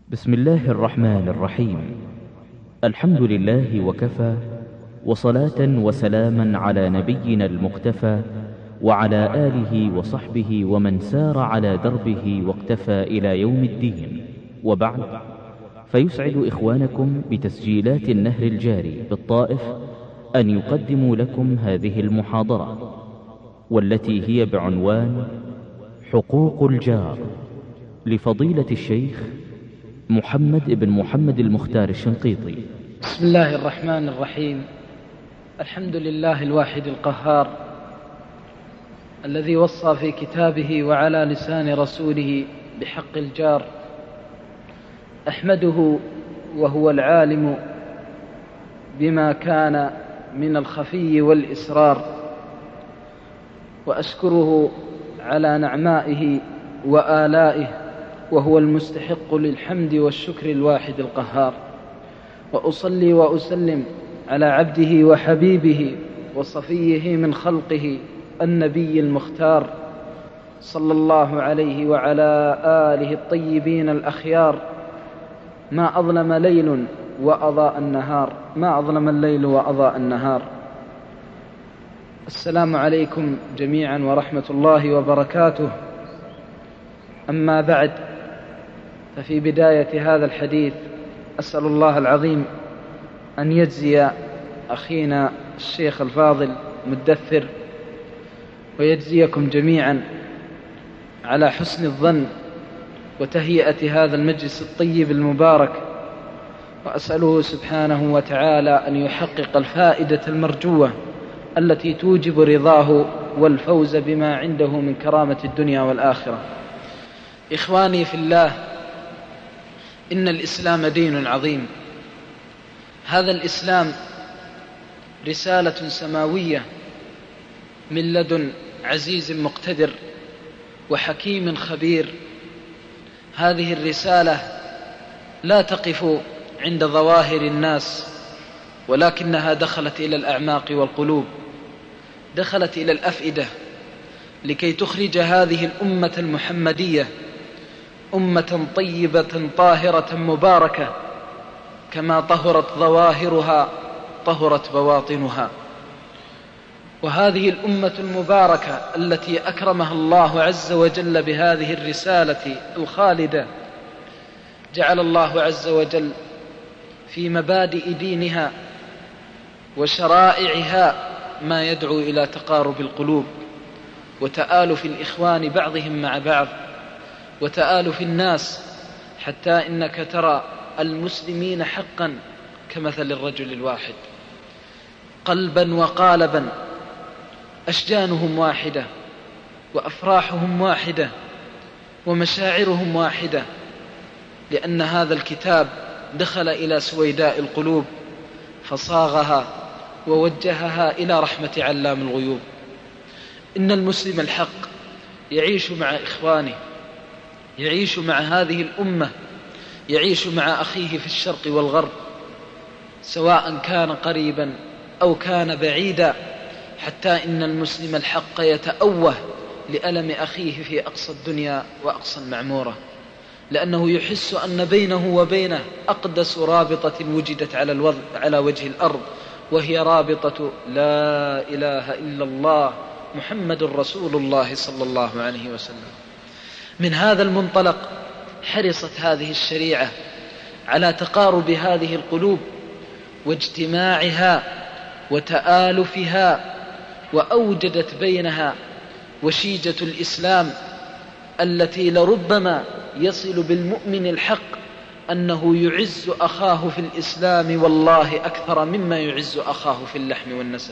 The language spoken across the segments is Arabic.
بسم الله الرحمن الرحيم. الحمد لله وكفى، وصلاة وسلاما على نبينا المقتفى، وعلى آله وصحبه ومن سار على دربه واقتفى إلى يوم الدين. وبعد، فيسعد إخوانكم بتسجيلات النهر الجاري بالطائف أن يقدموا لكم هذه المحاضرة، والتي هي بعنوان حقوق الجار، لفضيلة الشيخ محمد بن محمد المختار الشنقيطي. بسم الله الرحمن الرحيم. الحمد لله الواحد القهار، الذي وصى في كتابه وعلى لسان رسوله بحق الجار. أحمده وهو العالم بما كان من الخفي والإسرار، وأشكره على نعمائه وآلائه، وهو المستحق للحمد والشكر الواحد القهار. وأصلي وأسلم على عبده وحبيبه وصفيه من خلقه النبي المختار، صلى الله عليه وعلى آله الطيبين الأخيار. ما أظلم ليل وأضاء النهار، ما أظلم الليل وأضاء النهار. السلام عليكم جميعا ورحمة الله وبركاته. أما بعد، ففي بداية هذا الحديث أسأل الله العظيم أن يجزي أخينا الشيخ الفاضل مدثر، ويجزيكم جميعا على حسن الظن وتهيئة هذا المجلس الطيب المبارك، وأسأله سبحانه وتعالى أن يحقق الفائدة المرجوة التي توجب رضاه والفوز بما عنده من كرامة الدنيا والآخرة. إخواني في الله، إن الإسلام دين عظيم. هذا الإسلام رسالة سماوية من لدن عزيز مقتدر وحكيم خبير. هذه الرسالة لا تقف عند ظواهر الناس، ولكنها دخلت إلى الأعماق والقلوب، دخلت إلى الأفئدة، لكي تخرج هذه الأمة المحمدية أمة طيبة طاهرة مباركة، كما طهرت ظواهرها طهرت بواطنها. وهذه الأمة المباركة التي أكرمها الله عز وجل بهذه الرسالة الخالدة، جعل الله عز وجل في مبادئ دينها وشرائعها ما يدعو إلى تقارب القلوب وتآلف الإخوان بعضهم مع بعض، وتآلف الناس، حتى إنك ترى المسلمين حقا كمثل الرجل الواحد، قلبا وقالبا، أشجانهم واحدة، وأفراحهم واحدة، ومشاعرهم واحدة، لأن هذا الكتاب دخل إلى سويداء القلوب فصاغها ووجهها إلى رحمة علام الغيوب. إن المسلم الحق يعيش مع إخوانه، يعيش مع هذه الأمة، يعيش مع أخيه في الشرق والغرب، سواء كان قريبا أو كان بعيدا، حتى إن المسلم الحق يتأوه لألم أخيه في أقصى الدنيا وأقصى المعمورة، لأنه يحس أن بينه وبينه أقدس رابطة وجدت على وجه الأرض، وهي رابطة لا إله إلا الله محمد رسول الله صلى الله عليه وسلم. من هذا المنطلق حرصت هذه الشريعة على تقارب هذه القلوب واجتماعها وتآلفها، وأوجدت بينها وشيجة الإسلام التي لربما يصل بالمؤمن الحق أنه يعز أخاه في الإسلام والله أكثر مما يعز أخاه في اللحم والنسب،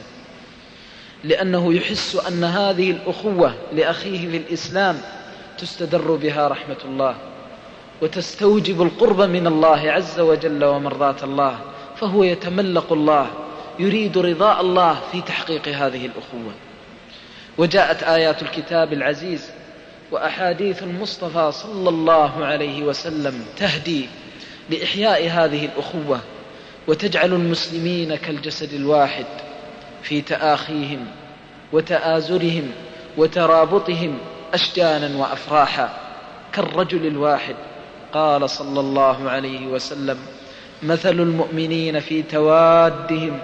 لأنه يحس أن هذه الأخوة لأخيه في الإسلام تستدر بها رحمة الله، وتستوجب القرب من الله عز وجل ومرضاة الله، فهو يتملق الله، يريد رضاء الله في تحقيق هذه الأخوة. وجاءت آيات الكتاب العزيز وأحاديث المصطفى صلى الله عليه وسلم تهدي لإحياء هذه الأخوة، وتجعل المسلمين كالجسد الواحد في تآخيهم وتآزرهم وترابطهم أشجانا وأفراحا، كالرجل الواحد. قال صلى الله عليه وسلم: مثل المؤمنين في توادهم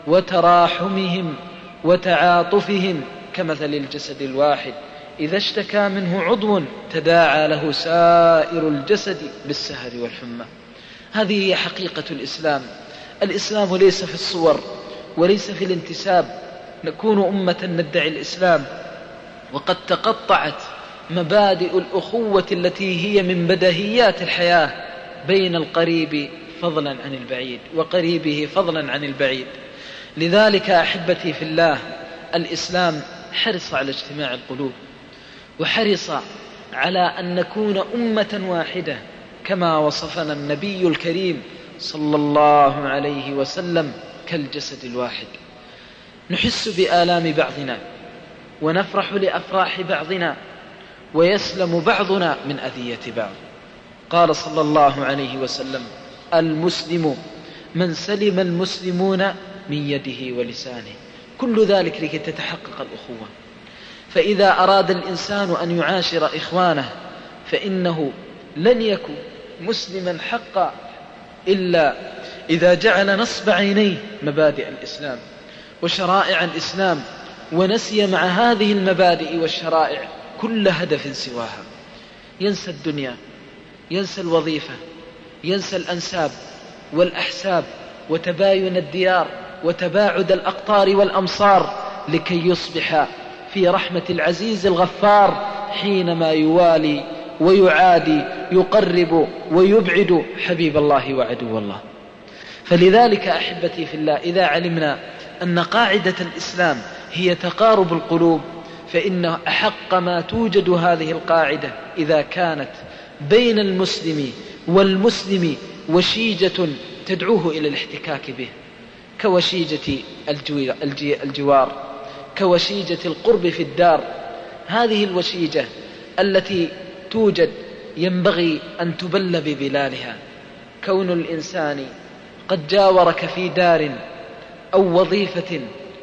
وتراحمهم وتعاطفهم كمثل الجسد الواحد إذا اشتكى منه عضو تداعى له سائر الجسد بالسهر والحمى. هذه هي حقيقة الإسلام. الإسلام ليس في الصور وليس في الانتساب. نكون أمة ندعي الإسلام وقد تقطعت مبادئ الأخوة التي هي من بديهيات الحياة بين القريب فضلا عن البعيد وقريبه فضلا عن البعيد. لذلك أحبتي في الله، الإسلام حرص على اجتماع القلوب، وحرص على أن نكون أمة واحدة كما وصفنا النبي الكريم صلى الله عليه وسلم كالجسد الواحد. نحس بآلام بعضنا ونفرح لأفراح بعضنا ويسلم بعضنا من أذية بعض. قال صلى الله عليه وسلم: المسلم من سلم المسلمون من يده ولسانه. كل ذلك لكي تتحقق الأخوة. فإذا أراد الإنسان أن يعاشر إخوانه فإنه لن يكن مسلما حقا إلا إذا جعل نصب عينيه مبادئ الإسلام وشرائع الإسلام، ونسي مع هذه المبادئ والشرائع كل هدف سواها. ينسى الدنيا، ينسى الوظيفة، ينسى الأنساب والأحساب وتباين الديار وتباعد الأقطار والأمصار لكي يصبح في رحمة العزيز الغفار حينما يوالي ويعادي، يقرب ويبعد حبيب الله وعدو الله. فلذلك أحبتي في الله، إذا علمنا أن قاعدة الإسلام هي تقارب القلوب، فإن أحق ما توجد هذه القاعدة إذا كانت بين المسلم والمسلم وشيجة تدعوه إلى الاحتكاك به، كوشيجة الجوار، كوشيجة القرب في الدار. هذه الوشيجة التي توجد ينبغي أن تبل ببلالها. كون الإنسان قد جاورك في دار أو وظيفة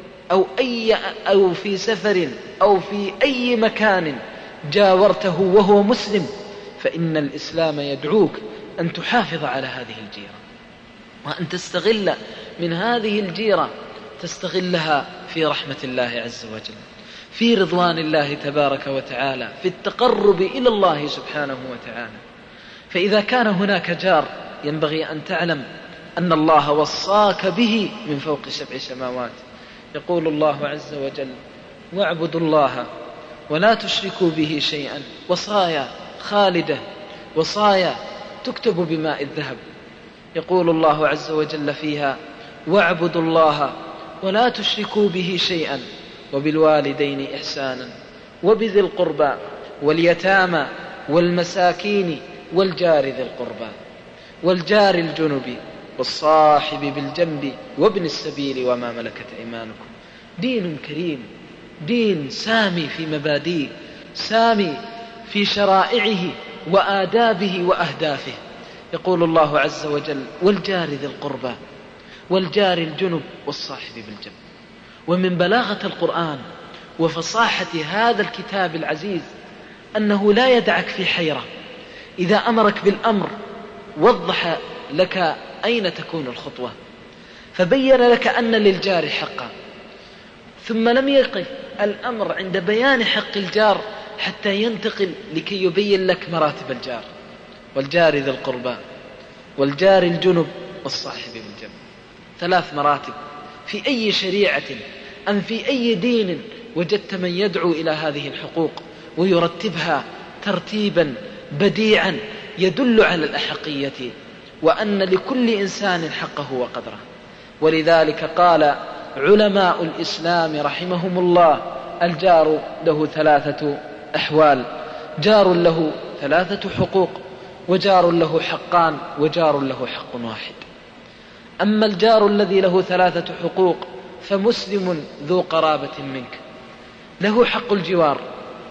أو في سفر أو في أي مكان جاورته وهو مسلم، فإن الإسلام يدعوك أن تحافظ على هذه الجيرة، وأن تستغل من هذه الجيرة، تستغلها في رحمة الله عز وجل، في رضوان الله تبارك وتعالى، في التقرب إلى الله سبحانه وتعالى. فإذا كان هناك جار ينبغي أن تعلم أن الله وصاك به من فوق 7 سماوات. يقول الله عز وجل: واعبدوا الله ولا تشركوا به شيئا. وصايا خالدة، وصايا تكتب بماء الذهب. يقول الله عز وجل فيها: واعبدوا الله ولا تشركوا به شيئا وبالوالدين إحسانا وبذي القربى واليتامى والمساكين والجار ذي القربى والجار الجنب والصاحب بالجنب وابن السبيل وما ملكت أيمانكم. دين كريم، دين سامي في مبادئه، سامي في شرائعه وآدابه وأهدافه. يقول الله عز وجل: والجار ذي القربى والجار الجنب والصاحب بالجنب. ومن بلاغة القرآن وفصاحة هذا الكتاب العزيز أنه لا يدعك في حيرة. إذا أمرك بالأمر وضح لك أين تكون الخطوة، فبين لك أن للجار حقا، ثم لم يقف الأمر عند بيان حق الجار حتى ينتقل لكي يبين لك مراتب الجار: والجار ذي القربى والجار الجنب والصاحب بالجنب. 3 مراتب. في أي شريعة أم في أي دين وجدت من يدعو إلى هذه الحقوق ويرتبها ترتيبا بديعا يدل على الأحقية وأن لكل إنسان حقه وقدره. ولذلك قال علماء الإسلام رحمهم الله: الجار له 3 أحوال: جار له 3 حقوق، وجار له حقان، وجار له حق واحد. أما الجار الذي له 3 حقوق فمسلم ذو قرابة منك، له حق الجوار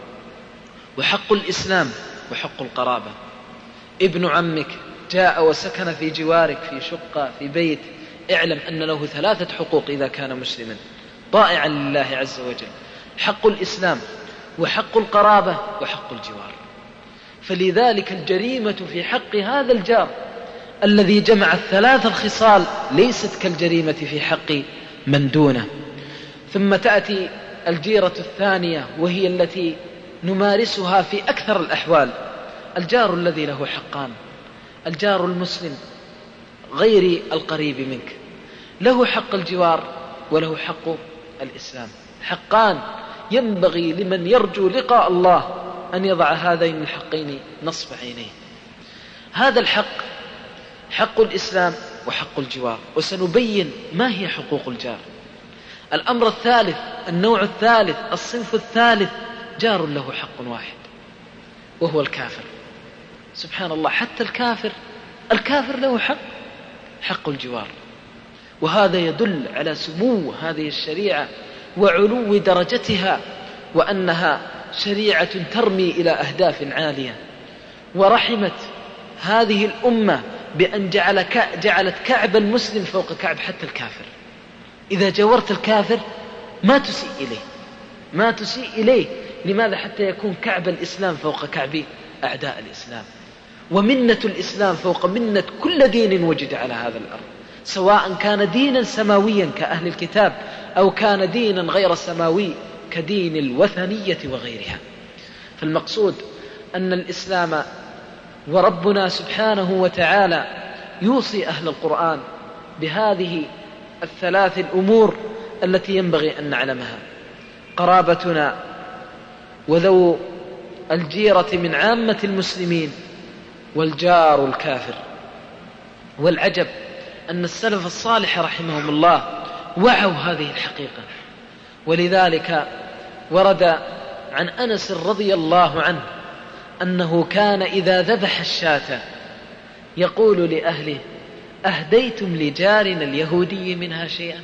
وحق الإسلام وحق القرابة. ابن عمك جاء وسكن في جوارك في شقة في بيت، اعلم أن له 3 حقوق إذا كان مسلما طائعا لله عز وجل: حق الإسلام وحق القرابة وحق الجوار. فلذلك الجريمة في حق هذا الجار الذي جمع الثلاث الخصال ليست كالجريمة في حق من دونه. ثم تأتي الجيرة الثانية وهي التي نمارسها في أكثر الأحوال، الجار الذي له حقان. الجار المسلم غير القريب منك له حق الجوار وله حق الإسلام، حقان ينبغي لمن يرجو لقاء الله أن يضع هذين الحقين نصب عينيه. هذا الحق حق الإسلام وحق الجوار، وسنبين ما هي حقوق الجار. الأمر الثالث، النوع الثالث، الصنف الثالث، جار له حق واحد وهو الكافر. سبحان الله، حتى الكافر له حق الجوار. وهذا يدل على سمو هذه الشريعة وعلو درجتها، وأنها شريعة ترمي إلى أهداف عالية. ورحمت هذه الأمة بأن جعلت كعب المسلم فوق كعب حتى الكافر. إذا جاورت الكافر ما تسيء إليه. لماذا؟ حتى يكون كعب الإسلام فوق كعب أعداء الإسلام، ومنة الإسلام فوق منة كل دين وجد على هذا الأرض، سواء كان دينا سماويا كأهل الكتاب أو كان دينا غير سماوي كدين الوثنية وغيرها. فالمقصود أن الإسلام وربنا سبحانه وتعالى يوصي أهل القرآن بهذه الثلاث الأمور التي ينبغي أن نعلمها: قرابتنا وذو الجيرة من عامة المسلمين، والجار الكافر. والعجب أن السلف الصالح رحمهم الله وعوا هذه الحقيقة، ولذلك ورد عن أنس رضي الله عنه أنه كان إذا ذبح الشاة يقول لأهله: أهديتم لجارنا اليهودي منها شيئا؟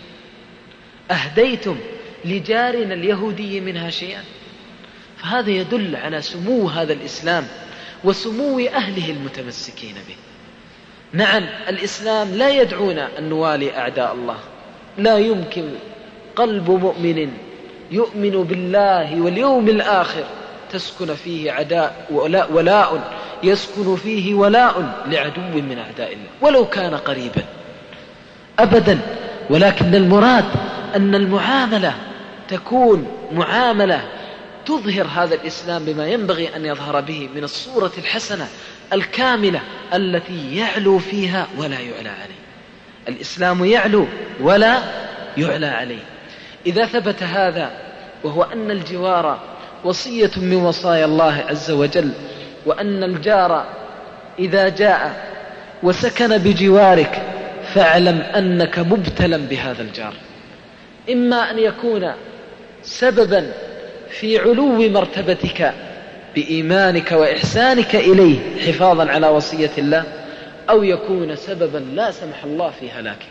أهديتم لجارنا اليهودي منها شيئا؟ فهذا يدل على سمو هذا الإسلام وسمو أهله المتمسكين به. نعم، الإسلام لا يدعونا أن نوالي أعداء الله، لا يمكن قلب مؤمن يؤمن بالله واليوم الآخر تسكن فيه ولاء يسكن فيه ولاء لعدو من أعداء الله ولو كان قريبا أبدا. ولكن المراد أن المعاملة تكون معاملة تظهر هذا الإسلام بما ينبغي أن يظهر به من الصورة الحسنة الكاملة التي يعلو فيها ولا يعلى عليه. الإسلام يعلو ولا يعلى عليه. إذا ثبت هذا، وهو أن الجوار وصية من وصايا الله عز وجل، وأن الجار إذا جاء وسكن بجوارك فاعلم أنك مبتلى بهذا الجار، إما أن يكون سببا في علو مرتبتك بإيمانك وإحسانك إليه حفاظا على وصية الله، أو يكون سببا لا سمح الله في هلاكك.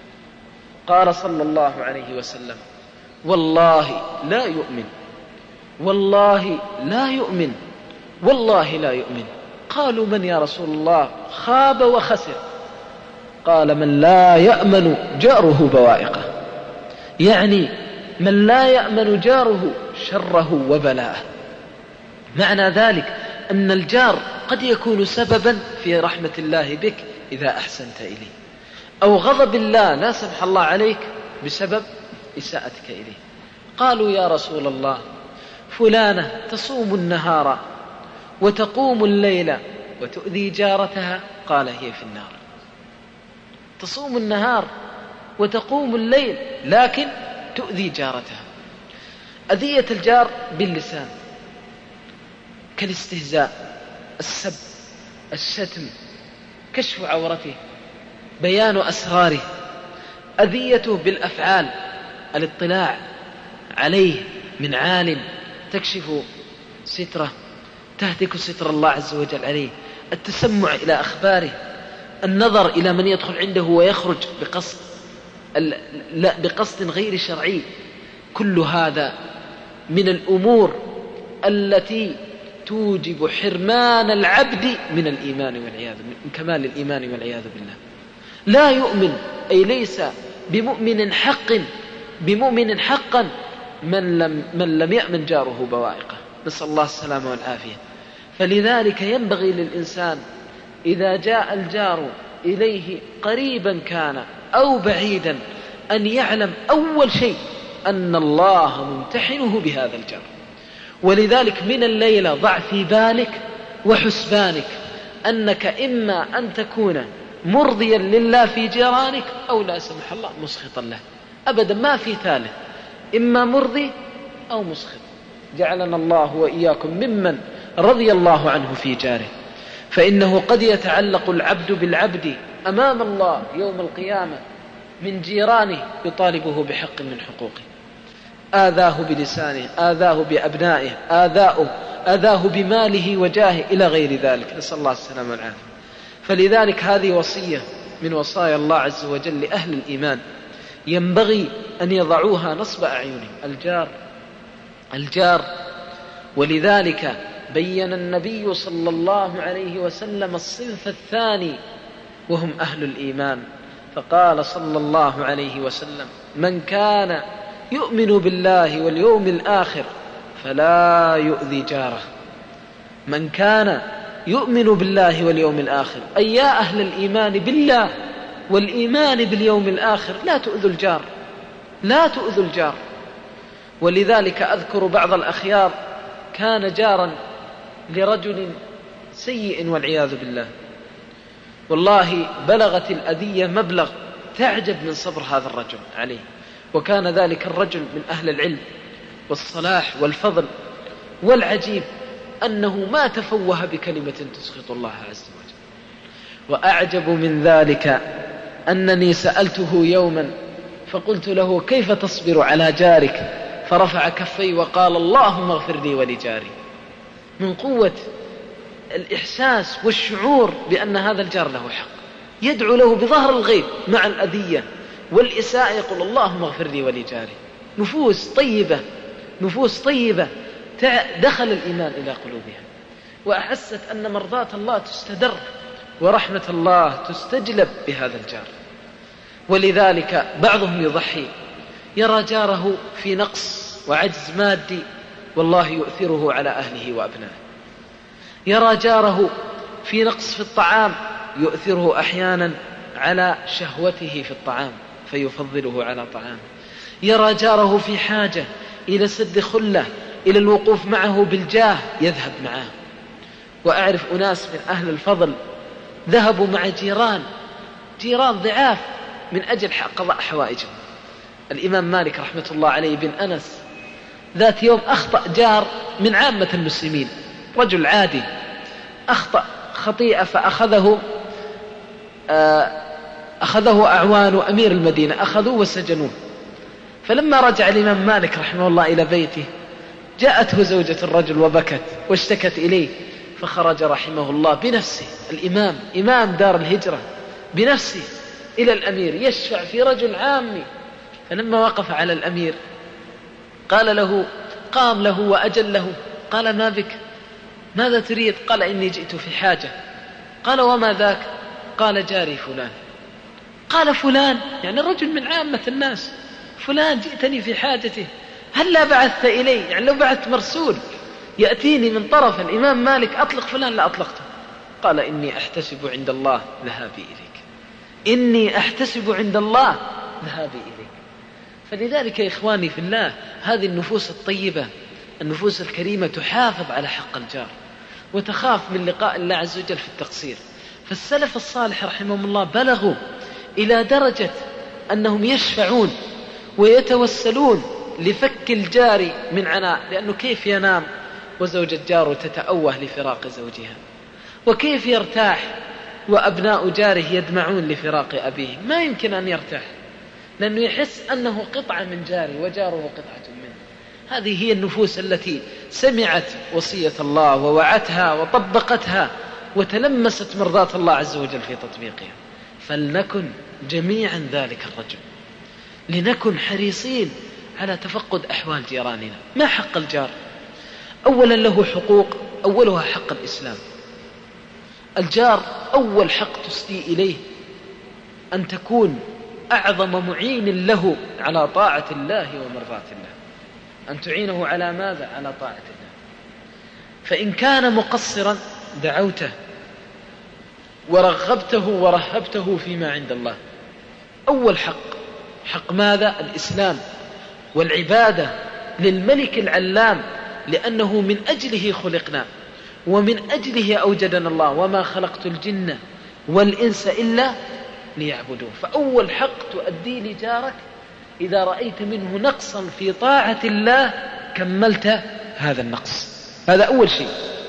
قال صلى الله عليه وسلم: والله لا يؤمن، والله لا يؤمن، والله لا يؤمن. قالوا: من يا رسول الله؟ خاب وخسر. قال: من لا يأمن جاره بوائقه، يعني من لا يأمن جاره شره وبلاءه. معنى ذلك أن الجار قد يكون سببا في رحمة الله بك إذا أحسنت إليه، أو غضب الله لا سمح الله عليك بسبب إساءتك إليه. قالوا: يا رسول الله، فلانة تصوم النهار وتقوم الليل وتؤذي جارتها. قال: هي في النار. تصوم النهار وتقوم الليل لكن تؤذي جارتها. أذية الجار باللسان كالاستهزاء، السب، الشتم، كشف عورته، بيان أسراره. أذيته بالأفعال، الاطلاع عليه من عال تكشف ستره، تهتك ستر الله عز وجل عليه، التسمع إلى أخباره، النظر إلى من يدخل عنده ويخرج بقصد غير شرعي. كل هذا من الأمور التي توجب حرمان العبد من الإيمان والعياذ، من كمال الإيمان والعياذ بالله. لا يؤمن أي ليس بمؤمن حقا من لم يأمن جاره بوائقه. نسأل الله السلامة والعافية. فلذلك ينبغي للإنسان إذا جاء الجار إليه قريبا كان أو بعيدا أن يعلم أول شيء أن الله ممتحنه بهذا الجار. ولذلك من الليلة ضع في بالك وحسبانك أنك إما أن تكون مرضيا لله في جيرانك أو لا سمح الله مسخطا له، أبدا ما في ثالث، إما مرضي أو مسخط. جعلنا الله وإياكم ممن رضي الله عنه في جاره. فإنه قد يتعلق العبد بالعبد أمام الله يوم القيامة من جيرانه يطالبه بحق من حقوقه، آذاه بلسانه، آذاه بأبنائه، آذاه بماله وجاهه إلى غير ذلك، نسأل الله السلامة والعافية. فلذلك هذه وصية من وصايا الله عز وجل لأهل الإيمان ينبغي أن يضعوها نصب أعينهم، الجار. ولذلك بين النبي صلى الله عليه وسلم الصنف الثاني وهم أهل الإيمان، فقال صلى الله عليه وسلم: من كان يؤمن بالله واليوم الآخر فلا يؤذي جاره. من كان يؤمن بالله واليوم الآخر، أي يا أهل الإيمان بالله والإيمان باليوم الآخر لا تؤذوا الجار، لا تؤذوا الجار. ولذلك أذكر بعض الأخيار كان جارا لرجل سيء والعياذ بالله، والله بلغت الأذية مبلغ تعجب من صبر هذا الرجل عليه، وكان ذلك الرجل من أهل العلم والصلاح والفضل، والعجيب أنه ما تفوه بكلمة تسخط الله عز وجل. وأعجب من ذلك أنني سألته يوما فقلت له: كيف تصبر على جارك؟ فرفع كفي وقال: اللهم اغفر لي ولجاري. من قوة الإحساس والشعور بأن هذا الجار له حق، يدعو له بظهر الغيب مع الأذية والإساءة، يقول: اللهم اغفر لي ولجاري. نفوس طيبة دخل الإيمان إلى قلوبها، وأحست أن مرضاة الله تستدر ورحمة الله تستجلب بهذا الجار. ولذلك بعضهم يضحي، يرى جاره في نقص وعجز مادي، والله يؤثره على أهله وأبنائه. يرى جاره في نقص في الطعام، يؤثره أحيانا على شهوته في الطعام فيفضله على طعامه. يرى جاره في حاجة إلى سد خلة، إلى الوقوف معه بالجاه، يذهب معه. وأعرف أناس من أهل الفضل ذهبوا مع جيران ضعاف من أجل قضاء حوائجهم. الإمام مالك رحمة الله عليه بن أنس ذات يوم أخطأ جار من عامة المسلمين، رجل عادي أخطأ خطيئة فأخذه أعوان أمير المدينة، أخذوه وسجنوه. فلما رجع الإمام مالك رحمه الله إلى بيته جاءته زوجة الرجل وبكت واشتكت إليه، فخرج رحمه الله بنفسه، الإمام إمام دار الهجرة، بنفسه إلى الأمير يشفع في رجل عامي. فلما وقف على الأمير قام له وأجل له، قال: ما بك؟ ماذا تريد؟ قال: إني جئت في حاجة. قال: وما ذاك؟ قال: جاري فلان. قال: فلان؟ يعني الرجل من عامة الناس، فلان جئتني في حاجته، هل لا بعثت إلي؟ يعني لو بعثت مرسول يأتيني من طرف الإمام مالك أطلق فلان لا أطلقته. قال: إني أحتسب عند الله ذهابي إليك، إني أحتسب عند الله ذهابي إليك. فلذلك يا إخواني في الله، هذه النفوس الطيبة، النفوس الكريمة تحافظ على حق الجار وتخاف من لقاء الله عز وجل في التقصير. فالسلف الصالح رحمهم الله بلغوا إلى درجة أنهم يشفعون ويتوسلون لفك الجار من عناء، لأنه كيف ينام وزوجة جاره تتأوه لفراق زوجها؟ وكيف يرتاح وأبناء جاره يدمعون لفراق أبيه؟ ما يمكن أن يرتاح، لأنه يحس أنه قطعة من جاره وجاره قطعة منه. هذه هي النفوس التي سمعت وصية الله ووعتها وطبقتها وتلمست مرضاة الله عز وجل في تطبيقها. فلنكن جميعا ذلك الرجل، لنكن حريصين على تفقد أحوال جيراننا. ما حق الجار؟ أولا له حقوق، أولها حق الإسلام. الجار أول حق تسدي إليه أن تكون أعظم معين له على طاعة الله ومرضاة الله، أن تعينه على ماذا؟ على طاعة الله. فإن كان مقصرا دعوته ورغبته ورهبته فيما عند الله. أول حق ماذا؟ الإسلام والعبادة للملك العلام، لأنه من أجله خلقنا ومن أجله أوجدنا الله، وما خلقت الجن والإنس إلا ليعبدون. فأول حق تؤدي لجارك إذا رأيت منه نقصا في طاعة الله كملت هذا النقص، هذا أول شيء.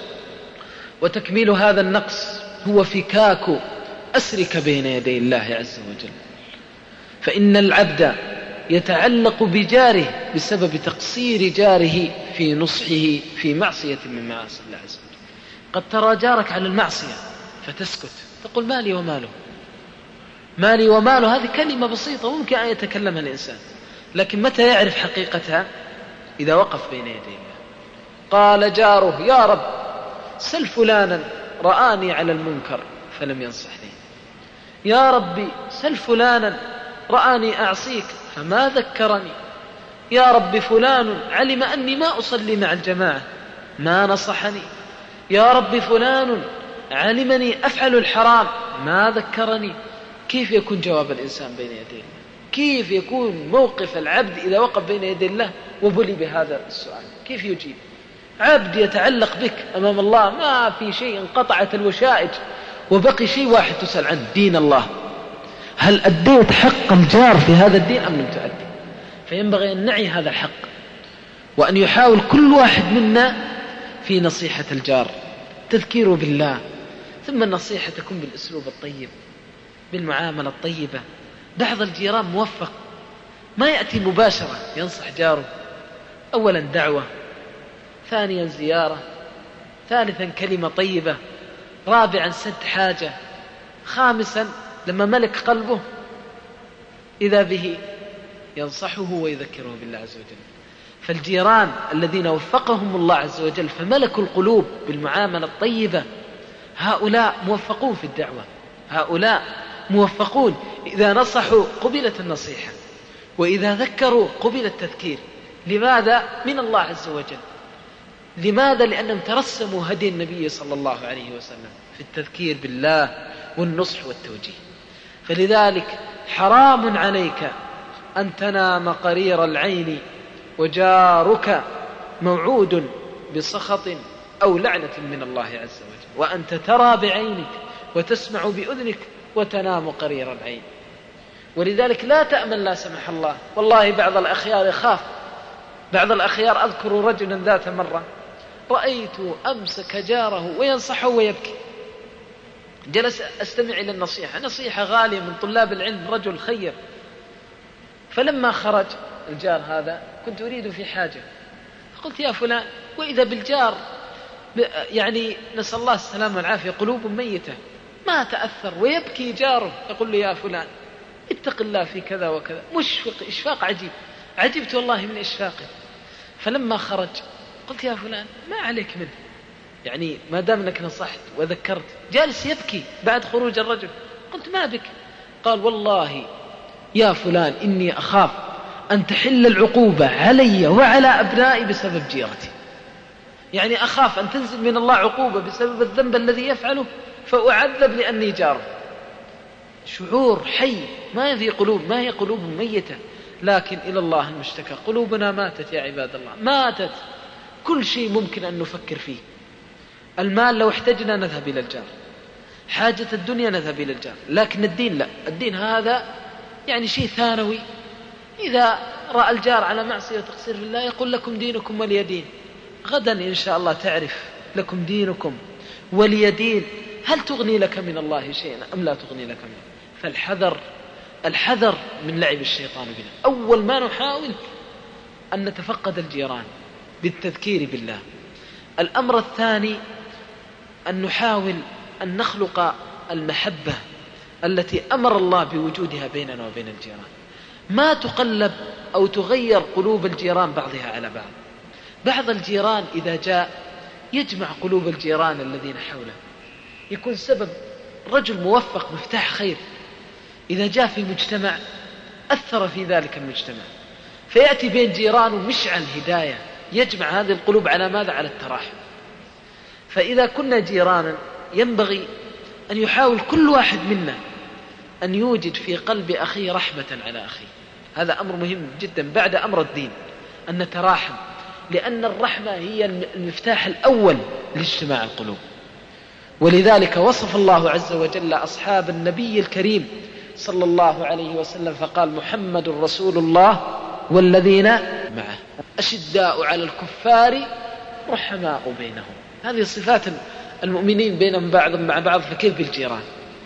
وتكميل هذا النقص هو فكاك أسرك بين يدي الله عز وجل، فإن العبد يتعلق بجاره بسبب تقصير جاره في نصحه في معصية من معاصي الله عز وجل. قد ترى جارك على المعصية فتسكت، تقول مالي وماله، مالي وماله. هذه كلمة بسيطة ممكن أن يتكلمها الإنسان، لكن متى يعرف حقيقتها؟ إذا وقف بين يدي الله. قال جاره: يا رب سل فلانا رآني على المنكر فلم ينصحني، يا ربي سل فلانا رآني أعصيك فما ذكرني، يا رب فلان علم أني ما أصلي مع الجماعة ما نصحني، يا رب فلان علمني أفعل الحرام ما ذكرني. كيف يكون جواب الإنسان بين يدي الله؟ كيف يكون موقف العبد إذا وقف بين يدي الله وبلي بهذا السؤال؟ كيف يجيب؟ عبد يتعلق بك أمام الله، ما في شيء، انقطعت الوشائج وبقي شيء واحد تسأل عنه: دين الله. هل أديت حق الجار في هذا الدين أم لم تؤدي؟ فينبغي أن نعي هذا الحق، وأن يحاول كل واحد منا في نصيحة الجار، تذكيره بالله، ثم النصيحة تكون بالأسلوب الطيب، بالمعاملة الطيبة. بعض الجيران موفق ما يأتي مباشرة ينصح جاره، أولا دعوة، ثانيا زيارة، ثالثا كلمة طيبة، رابعا سد حاجة، خامسا لما ملك قلبه إذا به ينصحه ويذكره بالله عز وجل. فالجيران الذين وفقهم الله عز وجل فملكوا القلوب بالمعاملة الطيبة، هؤلاء موفقون في الدعوة، هؤلاء موفقون. إذا نصحوا قبلت النصيحة، وإذا ذكروا قبل التذكير. لماذا؟ من الله عز وجل. لماذا؟ لأنهم ترسموا هدي النبي صلى الله عليه وسلم في التذكير بالله والنصح والتوجيه. فلذلك حرام عليك أن تنام قرير العين وجارك موعود بسخط أو لعنة من الله عز وجل، وأنت ترى بعينك وتسمع بأذنك وتنام قرير العين. ولذلك لا تأمن لا سمح الله. والله بعض الأخيار يخاف، بعض الأخيار أذكر رجلا ذات مرة رأيت أمسك جاره وينصحه ويبكي، جلس أستمع إلى النصيحة، نصيحة غالية من طلاب العلم، رجل خير. فلما خرج الجار هذا كنت أريد في حاجة، قلت: يا فلان، وإذا بالجار يعني نسأل الله السلامة والعافية قلوب ميتة، ما تأثر ويبكي جاره، يقول له: يا فلان اتق الله في كذا وكذا، مشفق إشفاق عجيب، عجبت والله من إشفاقه. فلما خرج قلت: يا فلان ما عليك منه، يعني ما دام أنك نصحت وذكرت. جالس يبكي بعد خروج الرجل. قلت: ما بك؟ قال: والله يا فلان إني أخاف أن تحل العقوبة علي وعلى أبنائي بسبب جيرتي، يعني أخاف أن تنزل من الله عقوبة بسبب الذنب الذي يفعله فأعذب لأني جار. شعور حي، ما في قلوب، ما هي قلوب ميتة، لكن إلى الله المشتكى. قلوبنا ماتت يا عباد الله، ماتت. كل شيء ممكن أن نفكر فيه. المال لو احتجنا نذهب إلى الجار، حاجة الدنيا نذهب إلى الجار، لكن الدين لا. الدين هذا يعني شيء ثانوي. إذا رأى الجار على معصية وتقصير في الله يقول: لكم دينكم ولي دين. غدا إن شاء الله تعرف لكم دينكم ولي دين. هل تغني لك من الله شيئا أم لا تغني لك منه؟ فالحذر من لعب الشيطان بنا. أول ما نحاول أن نتفقد الجيران بالتذكير بالله. الأمر الثاني أن نحاول أن نخلق المحبة التي أمر الله بوجودها بيننا وبين الجيران، ما تقلب أو تغير قلوب الجيران بعضها على بعض. بعض الجيران إذا جاء يجمع قلوب الجيران الذين حوله، يكون سبب رجل موفق مفتاح خير. إذا جاء في مجتمع أثر في ذلك المجتمع، فيأتي بين جيرانه مشعل هداية يجمع هذه القلوب على ماذا؟ على التراحم. فإذا كنا جيرانا ينبغي أن يحاول كل واحد منا أن يوجد في قلب أخيه رحمة على أخيه. هذا أمر مهم جدا بعد أمر الدين، أن نتراحم، لأن الرحمة هي المفتاح الأول لاجتماع القلوب. ولذلك وصف الله عز وجل أصحاب النبي الكريم صلى الله عليه وسلم فقال: محمد رسول الله والذين معه أشداء على الكفار رحماء بينهم. هذه صفات المؤمنين بينهم بعضهم مع بعض، فكيف بالجيران؟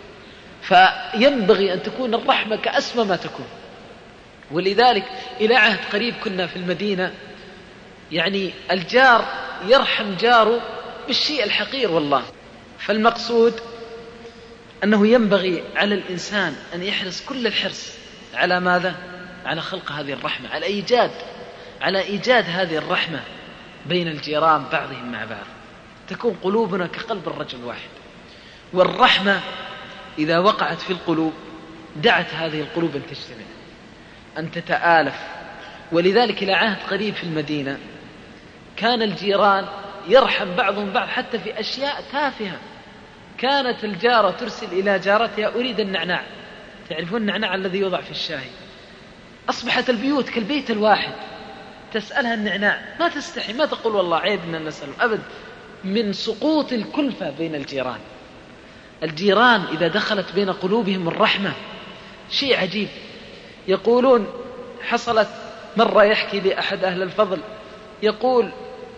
فينبغي أن تكون الرحمة كأسمى ما تكون. ولذلك إلى عهد قريب كنا في المدينة، يعني الجار يرحم جاره بالشيء الحقير والله. فالمقصود أنه ينبغي على الإنسان أن يحرص كل الحرص على ماذا؟ على خلق هذه الرحمة، على إيجاد هذه الرحمة بين الجيران بعضهم مع بعض، تكون قلوبنا كقلب الرجل واحد. والرحمة إذا وقعت في القلوب دعت هذه القلوب أن تجتمع، أن تتآلف. ولذلك إلى عهد قريب في المدينة كان الجيران يرحم بعضهم بعض حتى في أشياء تافهة. كانت الجارة ترسل إلى جارتها: أريد النعناع. تعرفون النعناع الذي يوضع في الشاي؟ أصبحت البيوت كالبيت الواحد، تسألها النعناع، ما تستحي، ما تقول والله عيب أن نسأله أبد، من سقوط الكلفة بين الجيران. الجيران إذا دخلت بين قلوبهم الرحمة شيء عجيب. يقولون حصلت مرة، يحكي لي أحد أهل الفضل، يقول: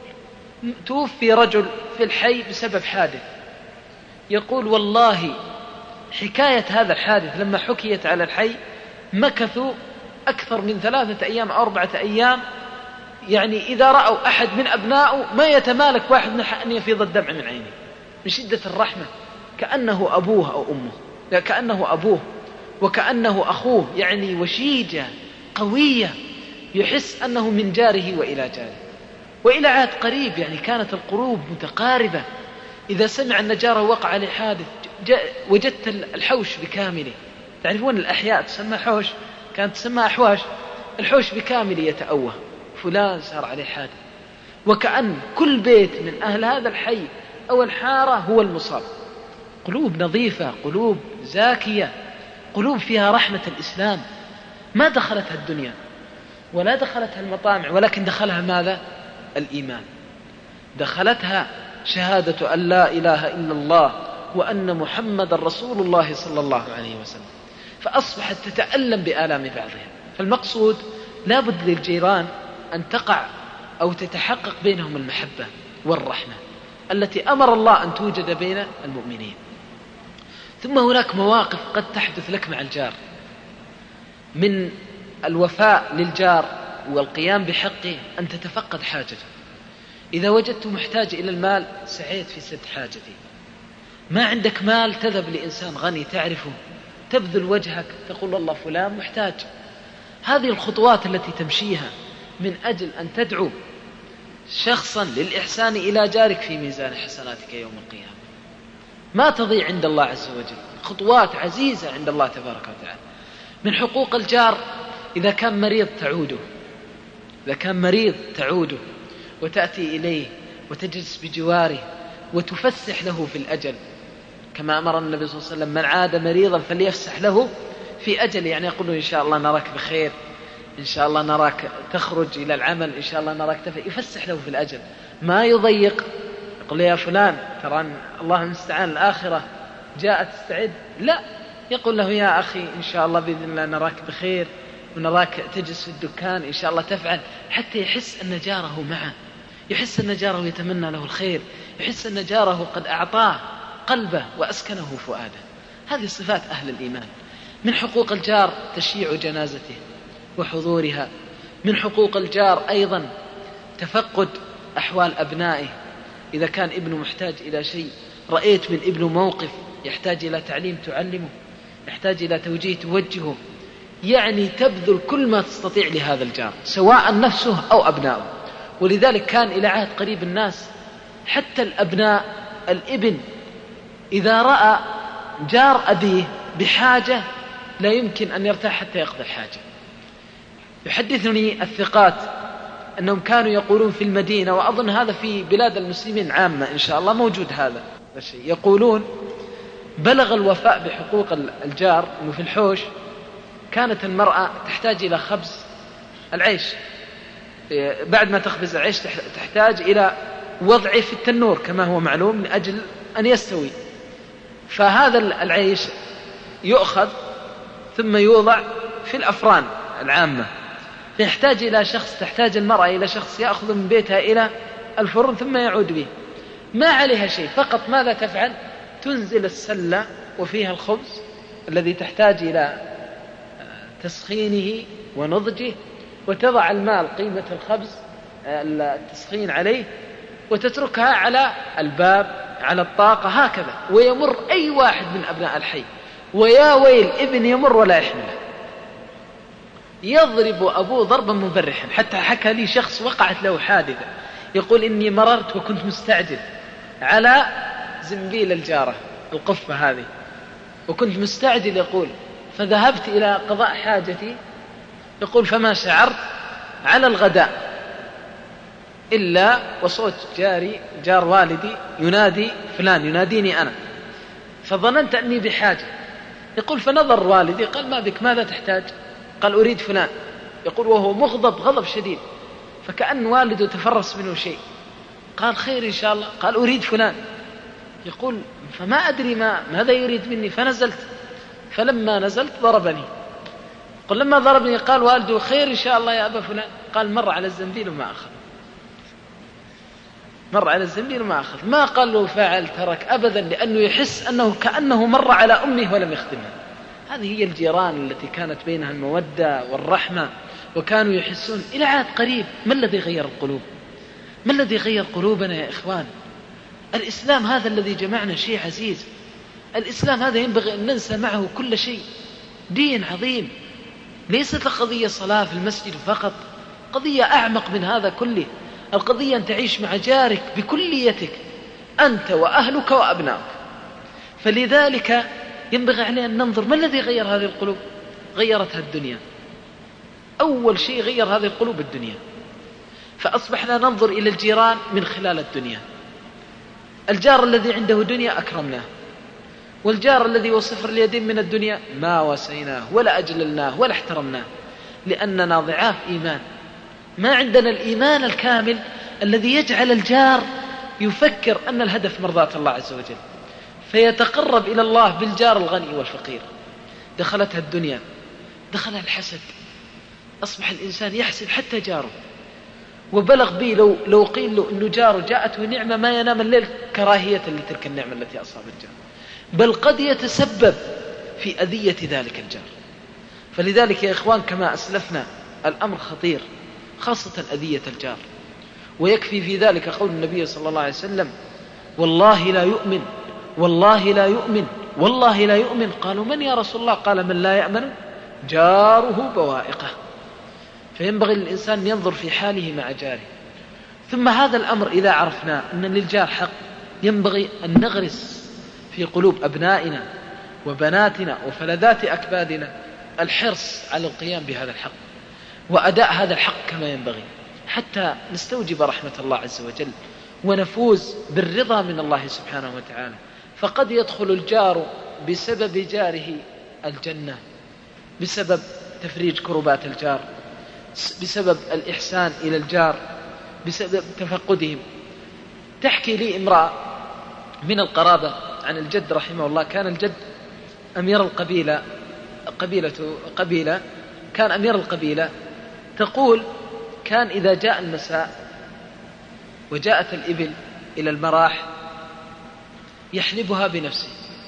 توفي رجل في الحي بسبب حادث. يقول: والله حكاية هذا الحادث لما حكيت على الحي مكثوا أكثر من 3 أيام أو 4 أيام، يعني إذا رأوا أحد من أبنائه ما يتمالك واحد من أن يفيض الدمع من عينه من شدة الرحمة، كأنه أبوه أو أمه، لا كأنه أبوه وكأنه أخوه، يعني وشيجة قوية، يحس أنه من جاره وإلى جاره. وإلى عهد قريب يعني كانت القلوب متقاربة. إذا سمع أن جاره وقع عليه حادث وجدت الحوش بكامله. تعرفون الأحياء تسمى حوش، كانت تسمى أحواش. الحوش بكامله يتأوه، فلان صار عليه حادث، وكأن كل بيت من أهل هذا الحي أو الحارة هو المصاب. قلوب نظيفة، قلوب زاكية، قلوب فيها رحمة الإسلام، ما دخلتها الدنيا ولا دخلتها المطامع، ولكن دخلها ماذا؟ الإيمان. دخلتها شهادة أن لا إله إلا الله وأن محمد رسول الله صلى الله عليه وسلم، فأصبحت تتألم بآلام بعضها. فالمقصود لا بد للجيران أن تقع أو تتحقق بينهم المحبة والرحمة التي أمر الله أن توجد بين المؤمنين. ثم هناك مواقف قد تحدث لك مع الجار، من الوفاء للجار والقيام بحقه أن تتفقد حاجته. إذا وجدت محتاج إلى المال سعيت في سد حاجتي. ما عندك مال تذهب لإنسان غني تعرفه، تبذل وجهك، تقول الله فلان محتاج. هذه الخطوات التي تمشيها من أجل أن تدعو شخصا للإحسان إلى جارك في ميزان حسناتك يوم القيامة ما تضيع عند الله عز وجل، خطوات عزيزة عند الله تبارك وتعالى. من حقوق الجار إذا كان مريض تعوده، إذا كان مريض تعوده وتأتي إليه وتجلس بجواره وتفسح له في الأجل، كما أمر النبي صلى الله عليه وسلم: من عاد مريضا فليفسح له في أجل، يعني يقول له إن شاء الله نراك بخير، إن شاء الله نراك تخرج إلى العمل، إن شاء الله نراك يفسح له في الأجل، ما يضيق. يقول له يا فلان ترى الله المستعان الآخرة جاءت استعد، لا، يقول له يا أخي إن شاء الله بإذن الله نراك بخير ونراك تجلس في الدكان إن شاء الله تفعل، حتى يحس أن جاره معه، يحس أن جاره يتمنى له الخير، يحس أن جاره قد أعطاه قلبه وأسكنه فؤاده. هذه صفات أهل الإيمان. من حقوق الجار تشييع جنازته وحضورها. من حقوق الجار أيضا تفقد أحوال أبنائه. إذا كان ابنه محتاج إلى شيء، رأيت من ابنه موقف يحتاج إلى تعليم تعلمه، يحتاج إلى توجيه توجهه، يعني تبذل كل ما تستطيع لهذا الجار سواء نفسه أو أبنائه. ولذلك كان إلى عهد قريب الناس حتى الأبناء، الابن إذا رأى جار أبيه بحاجة لا يمكن أن يرتاح حتى يقضي الحاجة. يحدثني الثقات أنهم كانوا يقولون في المدينة، وأظن هذا في بلاد المسلمين عامة إن شاء الله موجود هذا الشيء، يقولون بلغ الوفاء بحقوق الجار أنه في الحوش كانت المرأة تحتاج إلى خبز العيش، بعد ما تخبز العيش تحتاج إلى وضعه في التنور كما هو معلوم من أجل أن يستوي، فهذا العيش يؤخذ ثم يوضع في الأفران العامة، فيحتاج إلى شخص، تحتاج المرأة إلى شخص يأخذ من بيتها إلى الفرن ثم يعود به، ما عليها شيء، فقط ماذا تفعل؟ تنزل السلة وفيها الخبز الذي تحتاج إلى تسخينه ونضجه، وتضع الماء قيمة الخبز التسخين عليه، وتتركها على الباب على الطاقة هكذا، ويمر أي واحد من أبناء الحي ويا ويل ابن يمر ولا يحمله، يضرب أبوه ضربا مبرحا. حتى حكى لي شخص وقعت له حادثة، يقول إني مررت وكنت مستعجل على زنبيل الجارة القفة هذه، وكنت مستعجل يقول، فذهبت إلى قضاء حاجتي، يقول فما شعرت على الغداء إلا وصوت جار والدي ينادي فلان، يناديني أنا، فظننت أني بحاجة. يقول فنظر والدي قال ما بك، ماذا تحتاج؟ قال أريد فلان. يقول وهو مغضب غضب شديد، فكأن والده تفرس منه شيء، قال خير إن شاء الله، قال أريد فلان. يقول فما أدري ماذا يريد مني، فنزلت، فلما نزلت ضربني. قل لما ضربني قال والده خير إن شاء الله يا أبا فلان، قال مر على الزنبيل وما أخذ، مر على الزنبيل وما أخذ، ما قال له فعل ترك أبدا، لأنه يحس أنه كأنه مر على أمه ولم يخدمها. هذه هي الجيران التي كانت بينها المودة والرحمة، وكانوا يحسون إلى عهد قريب. ما الذي غير القلوب؟ ما الذي غير قلوبنا يا إخوان؟ الإسلام هذا الذي جمعنا شيء عزيز، الإسلام هذا ينبغي أن ننسى معه كل شيء، دين عظيم، ليست القضية صلاة في المسجد فقط، قضية أعمق من هذا كله، القضية أن تعيش مع جارك بكليتك أنت وأهلك وأبنائك. فلذلك ينبغي علينا أن ننظر ما الذي غير هذه القلوب؟ غيرتها الدنيا، أول شيء غير هذه القلوب الدنيا، فأصبحنا ننظر إلى الجيران من خلال الدنيا. الجار الذي عنده دنيا أكرمناه، والجار الذي وصفر اليدين من الدنيا ما وسيناه ولا أجللناه ولا احترمناه، لأننا ضعاف إيمان، ما عندنا الإيمان الكامل الذي يجعل الجار يفكر أن الهدف مرضاة الله عز وجل، فيتقرب إلى الله بالجار الغني والفقير. دخلتها الدنيا، دخلها الحسد، أصبح الإنسان يحسد حتى جاره، وبلغ بي لو قيل له أنه جاره جاءته نعمة ما ينام الليل كراهية لتلك النعمة التي أصابت الجار، بل قد يتسبب في أذية ذلك الجار. فلذلك يا إخوان كما أسلفنا الأمر خطير، خاصة أذية الجار، ويكفي في ذلك قول النبي صلى الله عليه وسلم والله لا يؤمن، والله لا يؤمن، والله لا يؤمن. قالوا من يا رسول الله؟ قال من لا يأمن جاره بوائقه. فينبغي للإنسان ينظر في حاله مع جاره. ثم هذا الأمر إذا عرفنا أن للجار حق، ينبغي أن نغرس في قلوب أبنائنا وبناتنا وفلذات أكبادنا الحرص على القيام بهذا الحق وأداء هذا الحق كما ينبغي، حتى نستوجب رحمة الله عز وجل ونفوز بالرضا من الله سبحانه وتعالى. فقد يدخل الجار بسبب جاره الجنة، بسبب تفريج كربات الجار، بسبب الإحسان إلى الجار، بسبب تفقدهم. تحكي لي امرأة من القرابة عن الجد رحمه الله، كان الجد أمير القبيلة، قبيلة كان أمير القبيلة، تقول كان إذا جاء المساء وجاءت الإبل إلى المراح يحلبها بنفسه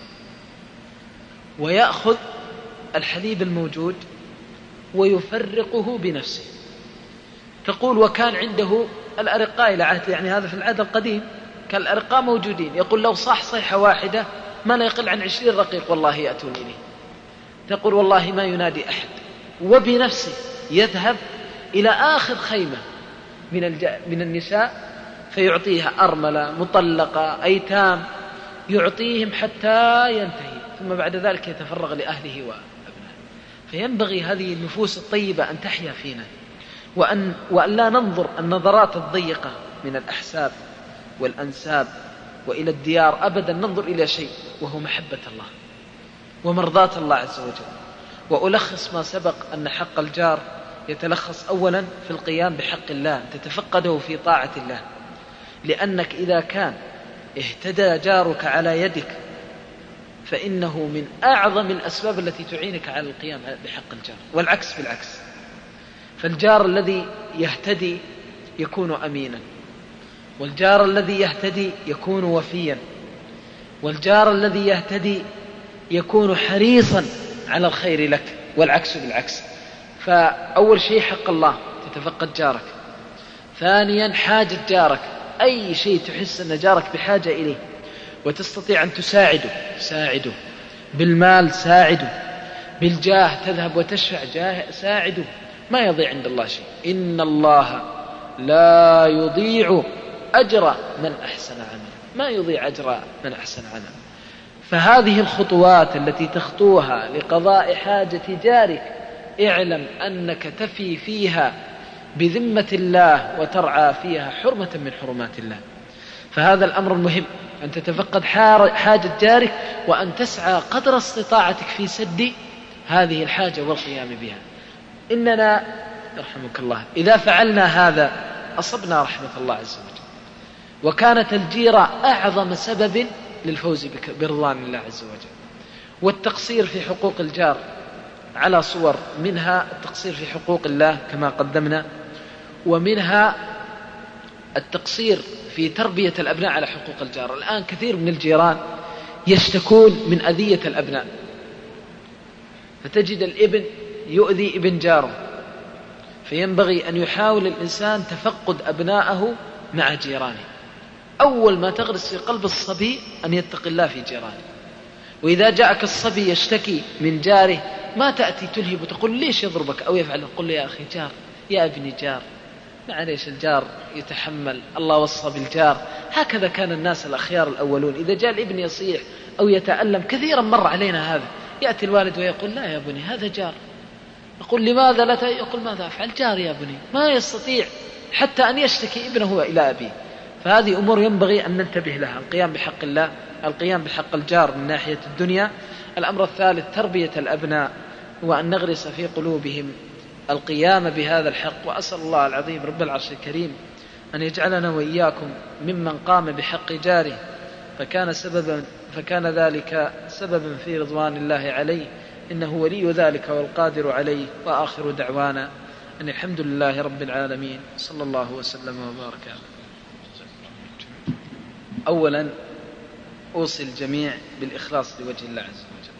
ويأخذ الحليب الموجود ويفرقه بنفسه. تقول وكان عنده الأرقاء إلى عهد، يعني هذا في العهد القديم كان الأرقاء موجودين، يقول لو صاح صيحة واحدة ما لا يقل عن 20 رقيق والله يأتون إليه. تقول والله ما ينادي أحد، وبنفسه يذهب إلى آخر خيمة من النساء فيعطيها أرملة مطلقة أيتام، يعطيهم حتى ينتهي، ثم بعد ذلك يتفرغ لأهله وأبنائه. فينبغي هذه النفوس الطيبة أن تحيا فينا، وأن لا ننظر النظرات الضيقة من الأحساب والأنساب وإلى الديار أبدا، ننظر إلى شيء وهو محبة الله ومرضاة الله عز وجل. وألخص ما سبق أن حق الجار يتلخص أولا في القيام بحق الله، تتفقده في طاعة الله، لأنك إذا كان اهتدى جارك على يدك فإنه من أعظم الأسباب التي تعينك على القيام بحق الجار، والعكس بالعكس. فالجار الذي يهتدي يكون أمينا، والجار الذي يهتدي يكون وفيا، والجار الذي يهتدي يكون حريصا على الخير لك، والعكس بالعكس. فأول شيء حق الله، تتفقد جارك. ثانيا حاجة جارك، أي شيء تحس أن جارك بحاجة إليه وتستطيع أن ساعده بالمال، ساعده بالجاه، تذهب وتشفع جاه، ساعده، ما يضيع عند الله شيء. إن الله لا يضيع أجر من أحسن عملا، ما يضيع أجر من أحسن عملا. فهذه الخطوات التي تخطوها لقضاء حاجة جارك اعلم أنك تفي فيها بذمة الله وترعى فيها حرمة من حرمات الله. فهذا الأمر المهم، أن تتفقد حاجة جارك وأن تسعى قدر استطاعتك في سد هذه الحاجة والقيام بها. إننا يرحمك الله إذا فعلنا هذا أصبنا رحمة الله عز وجل، وكانت الجيرة أعظم سبب للفوز برضوان الله عز وجل. والتقصير في حقوق الجار على صور، منها التقصير في حقوق الله كما قدمنا، ومنها التقصير في تربية الأبناء على حقوق الجار. الآن كثير من الجيران يشتكون من أذية الأبناء، فتجد الابن يؤذي ابن جاره، فينبغي أن يحاول الإنسان تفقد أبنائه مع جيرانه. أول ما تغرس في قلب الصبي أن يتقي الله في جيرانه. وإذا جاءك الصبي يشتكي من جاره ما تأتي تلهب وتقول ليش يضربك أو يفعل، قل له يا أخي جار، يا ابني جار، معليش الجار يتحمل، الله وصى بالجار. هكذا كان الناس الأخيار الأولون، إذا جاء الابن يصيح أو يتألم، كثيرا مر علينا هذا، يأتي الوالد ويقول لا يا بني هذا جار، يقول لماذا لا يقول ماذا أفعل، جار يا بني، ما يستطيع حتى أن يشتكي ابنه إلى أبيه. فهذه أمور ينبغي أن ننتبه لها، القيام بحق الله، القيام بحق الجار من ناحية الدنيا. الأمر الثالث تربية الأبناء، وأن نغرس في قلوبهم القيام بهذا الحق. وأسأل الله العظيم رب العرش الكريم أن يجعلنا وإياكم ممن قام بحق جاره فكان ذلك سببا في رضوان الله عليه، إنه ولي ذلك والقادر عليه. وآخر دعوانا أن الحمد لله رب العالمين، صلى الله وسلم وبارك عليه. أولا أوصي الجميع بالإخلاص لوجه الله عز وجل،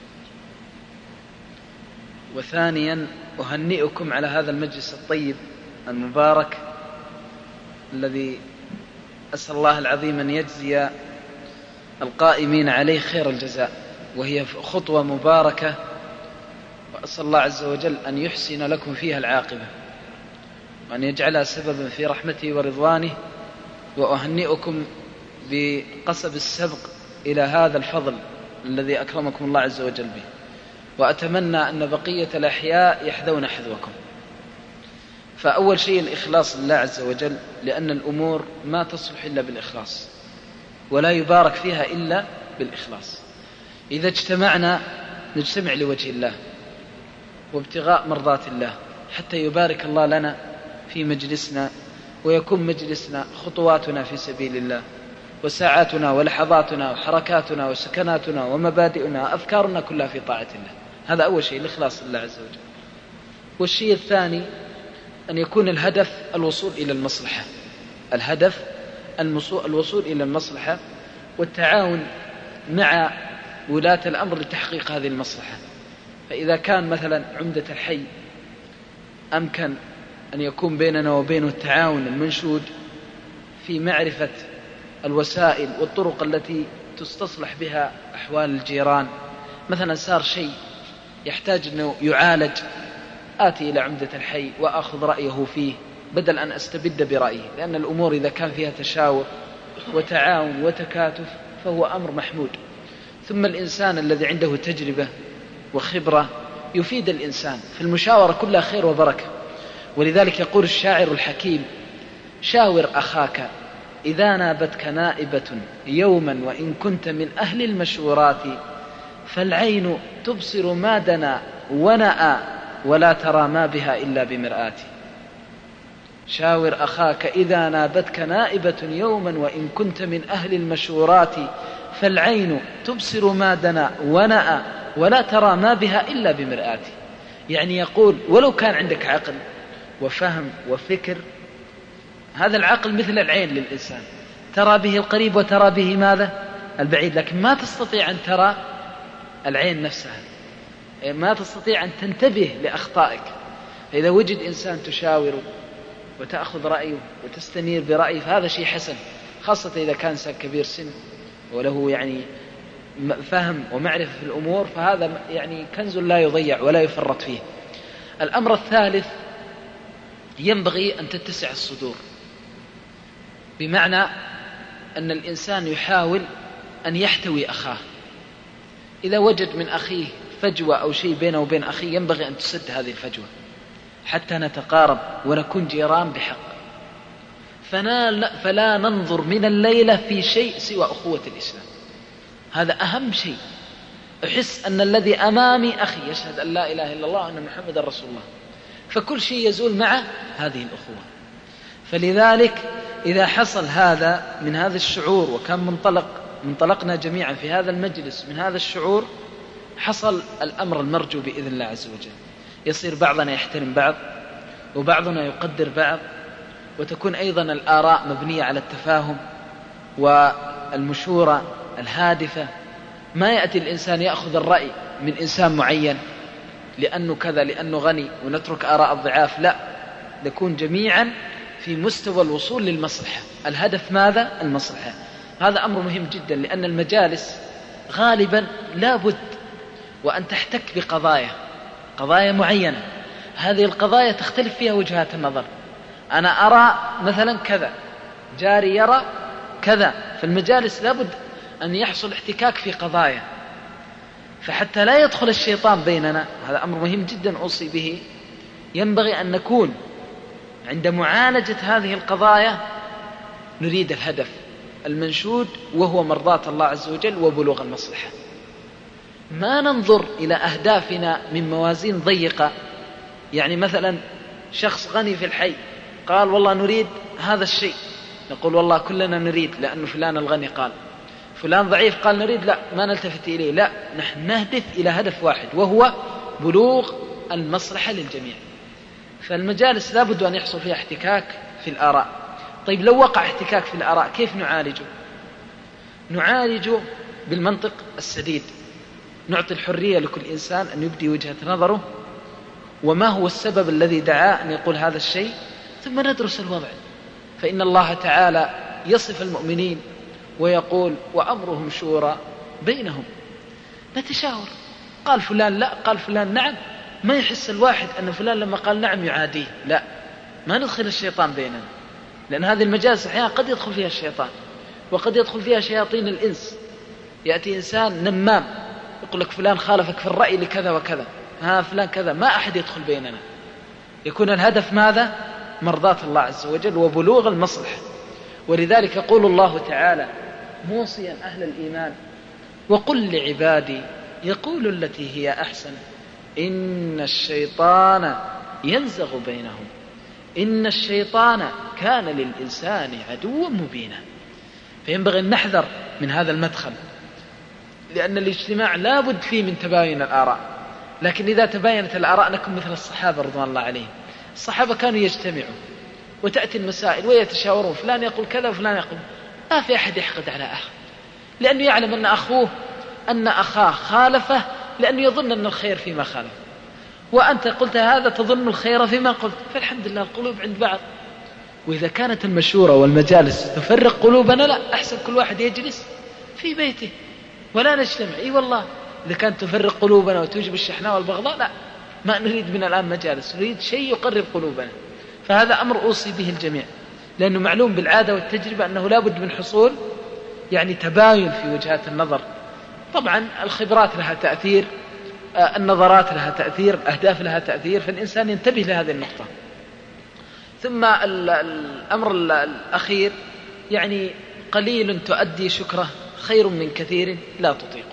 وثانيا أهنئكم على هذا المجلس الطيب المبارك الذي أسأل الله العظيم أن يجزي القائمين عليه خير الجزاء، وهي خطوة مباركة، وأسأل الله عز وجل أن يحسن لكم فيها العاقبة وأن يجعلها سببا في رحمته ورضوانه. وأهنئكم بقصب السبق إلى هذا الفضل الذي أكرمكم الله عز وجل به، وأتمنى أن بقية الأحياء يحذون حذوكم. فأول شيء الإخلاص لله عز وجل، لأن الأمور ما تصلح إلا بالإخلاص، ولا يبارك فيها إلا بالإخلاص. إذا اجتمعنا نجتمع لوجه الله وابتغاء مرضات الله، حتى يبارك الله لنا في مجلسنا، ويكون مجلسنا خطواتنا في سبيل الله، وساعاتنا ولحظاتنا وحركاتنا وسكناتنا ومبادئنا وأفكارنا كلها في طاعة الله. هذا أول شيء الإخلاص لله عز وجل. والشيء الثاني أن يكون الهدف الوصول إلى المصلحة، الهدف الوصول إلى المصلحة والتعاون مع ولاة الأمر لتحقيق هذه المصلحة. فإذا كان مثلا عمدة الحي أمكن أن يكون بيننا وبينه التعاون المنشود في معرفة الوسائل والطرق التي تستصلح بها أحوال الجيران. مثلا صار شيء يحتاج أنه يعالج، آتي إلى عمدة الحي وأخذ رأيه فيه بدل أن أستبد برأيه، لأن الأمور إذا كان فيها تشاور وتعاون وتكاتف فهو أمر محمود. ثم الإنسان الذي عنده تجربة وخبرة يفيد الإنسان، في المشاورة كلها خير وبركة. ولذلك يقول الشاعر الحكيم: شاور أخاك إذا نابتك نائبة يوما وإن كنت من أهل المشورات، فالعين تبصر ما دنا ونأى ولا ترى ما بها إلا بمرآة. شاور أخاك إذا نابتك نائبة يوما وإن كنت من أهل المشورات، فالعين تبصر ما دنا ونأى ولا ترى ما بها إلا بمرآة. يعني يقول ولو كان عندك عقل وفهم وفكر، هذا العقل مثل العين للإنسان، ترى به القريب وترى به ماذا؟ البعيد، لكن ما تستطيع أن ترى العين نفسها، ما تستطيع أن تنتبه لأخطائك. فإذا وجد إنسان تشاوره وتأخذ رأيه وتستنير برأيه فهذا شيء حسن، خاصة إذا كان إنسان كبير سن وله يعني فهم ومعرفة في الأمور، فهذا يعني كنز لا يضيع ولا يفرط فيه. الأمر الثالث: ينبغي أن تتسع الصدور، بمعنى أن الإنسان يحاول أن يحتوي أخاه. إذا وجد من أخيه فجوة أو شيء بينه وبين أخيه ينبغي أن تسد هذه الفجوة حتى نتقارب ونكون جيران بحق. فلا ننظر من الليلة في شيء سوى أخوة الإسلام، هذا أهم شيء. أحس أن الذي أمامي أخي يشهد أن لا إله إلا الله وأن محمد رسول الله، فكل شيء يزول معه هذه الأخوة. فلذلك إذا حصل هذا من هذا الشعور، وكان منطلقنا جميعا في هذا المجلس من هذا الشعور، حصل الأمر المرجو بإذن الله عز وجل. يصير بعضنا يحترم بعض وبعضنا يقدر بعض، وتكون أيضا الآراء مبنية على التفاهم والمشورة الهادفة. ما يأتي الإنسان يأخذ الرأي من إنسان معين لأنه كذا لأنه غني ونترك آراء الضعاف، لا، نكون جميعا في مستوى الوصول للمصلحة. الهدف ماذا؟ المصلحة. هذا أمر مهم جدا، لأن المجالس غالبا لا بد وأن تحتك قضايا معينة. هذه القضايا تختلف فيها وجهات النظر، أنا أرى مثلا كذا، جاري يرى كذا. في المجالس لا بد أن يحصل احتكاك في قضايا، فحتى لا يدخل الشيطان بيننا. هذا أمر مهم جدا أوصي به. ينبغي أن نكون عند معالجة هذه القضايا نريد الهدف المنشود، وهو مرضاة الله عز وجل وبلوغ المصلحة. ما ننظر إلى أهدافنا من موازين ضيقة. يعني مثلا شخص غني في الحي قال والله نريد هذا الشيء، نقول والله كلنا نريد لأنه فلان الغني قال. فلان ضعيف قال نريد، لا، ما نلتفت إليه، لا، نحن نهدف إلى هدف واحد وهو بلوغ المصلحة للجميع. فالمجالس لا بد أن يحصل فيها احتكاك في الآراء. طيب لو وقع احتكاك في الآراء كيف نعالجه؟ نعالجه بالمنطق السديد، نعطي الحرية لكل إنسان أن يبدي وجهة نظره وما هو السبب الذي دعاه أن يقول هذا الشيء، ثم ندرس الوضع. فإن الله تعالى يصف المؤمنين ويقول وأمرهم شورى بينهم، نتشاور، قال فلان لا، قال فلان نعم، ما يحس الواحد أن فلان لما قال نعم يعاديه، لا، ما ندخل الشيطان بيننا، لأن هذه المجالس أحيانا قد يدخل فيها الشيطان وقد يدخل فيها شياطين الإنس. يأتي إنسان نمام يقول لك فلان خالفك في الرأي لكذا وكذا، فلان كذا، ما أحد يدخل بيننا. يكون الهدف ماذا؟ مرضاة الله عز وجل وبلوغ المصلحة. ولذلك يقول الله تعالى موصيا أهل الإيمان: وقل لعبادي يقول التي هي أحسن إن الشيطان ينزغ بينهم إن الشيطان كان للإنسان عدوا مبينا. فينبغي أن نحذر من هذا المدخل، لأن الاجتماع لا بد فيه من تباين الآراء. لكن إذا تباينت الآراء نكون مثل الصحابة رضوان الله عليهم. الصحابة كانوا يجتمعوا وتأتي المسائل ويتشاورون، فلان يقول كذا وفلان يقول، ما في أحد يحقد على أخ، لأنه يعلم أن أخاه خالفه لأنه يظن أن الخير فيما خالف، وأنت قلت هذا تظن الخير فيما قلت، فالحمد لله القلوب عند بعض. وإذا كانت المشورة والمجالس تفرق قلوبنا، لا، أحسن كل واحد يجلس في بيته ولا نجتمع. إي والله إذا كانت تفرق قلوبنا وتوجب الشحناء والبغضاء، لا، ما نريد من الآن مجالس، نريد شيء يقرب قلوبنا. فهذا أمر أوصي به الجميع، لأنه معلوم بالعادة والتجربة أنه لا بد من حصول يعني تباين في وجهات النظر. طبعا الخبرات لها تأثير، النظرات لها تأثير، الأهداف لها تأثير، فالإنسان ينتبه لهذه النقطة. ثم الأمر الأخير يعني قليل تؤدي شكره خير من كثير لا تطيقه.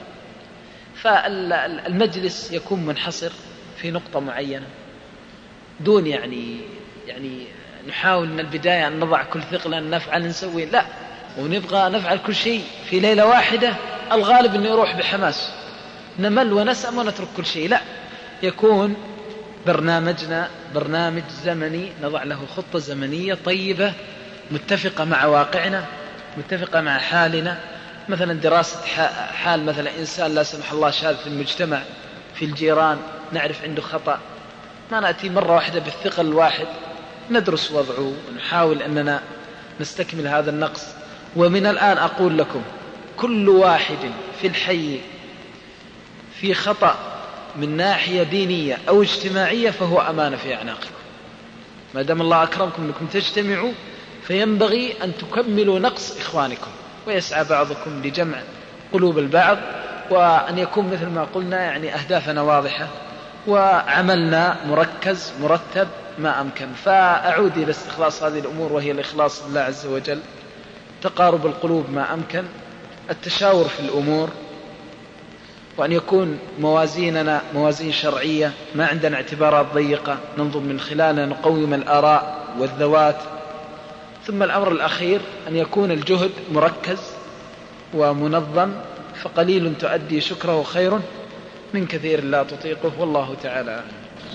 فالمجلس يكون منحصر في نقطة معينة دون يعني نحاول من البداية أن نضع كل ثقلا نفعل نسوي، لا، ونبغى نفعل كل شيء في ليلة واحدة. الغالب أنه يروح بحماس، نمل ونسأم ونترك كل شيء. لا، يكون برنامجنا برنامج زمني، نضع له خطة زمنية طيبة متفقة مع واقعنا، متفقة مع حالنا. مثلا دراسة حال مثلا إنسان لا سمح الله شاذ في المجتمع، في الجيران، نعرف عنده خطأ، ما نأتي مرة واحدة بالثقل الواحد، ندرس وضعه ونحاول أننا نستكمل هذا النقص. ومن الآن أقول لكم كل واحد في الحي في خطأ من ناحية دينية أو اجتماعية فهو أمانة في أعناقكم. ما دام الله أكرمكم أنكم تجتمعوا فينبغي أن تكملوا نقص إخوانكم، ويسعى بعضكم لجمع قلوب البعض، وأن يكون مثل ما قلنا يعني أهدافنا واضحة وعملنا مركز مرتب ما أمكن. فأعود إلى استخلاص هذه الأمور، وهي الإخلاص لله عز وجل، تقارب القلوب ما أمكن، التشاور في الأمور، وأن يكون موازيننا موازين شرعية، ما عندنا اعتبارات ضيقة ننظر من خلالها نقوم الآراء والذوات. ثم الأمر الأخير أن يكون الجهد مركز ومنظم، فقليل تؤدي شكره خير من كثير لا تطيقه، والله تعالى أعلم.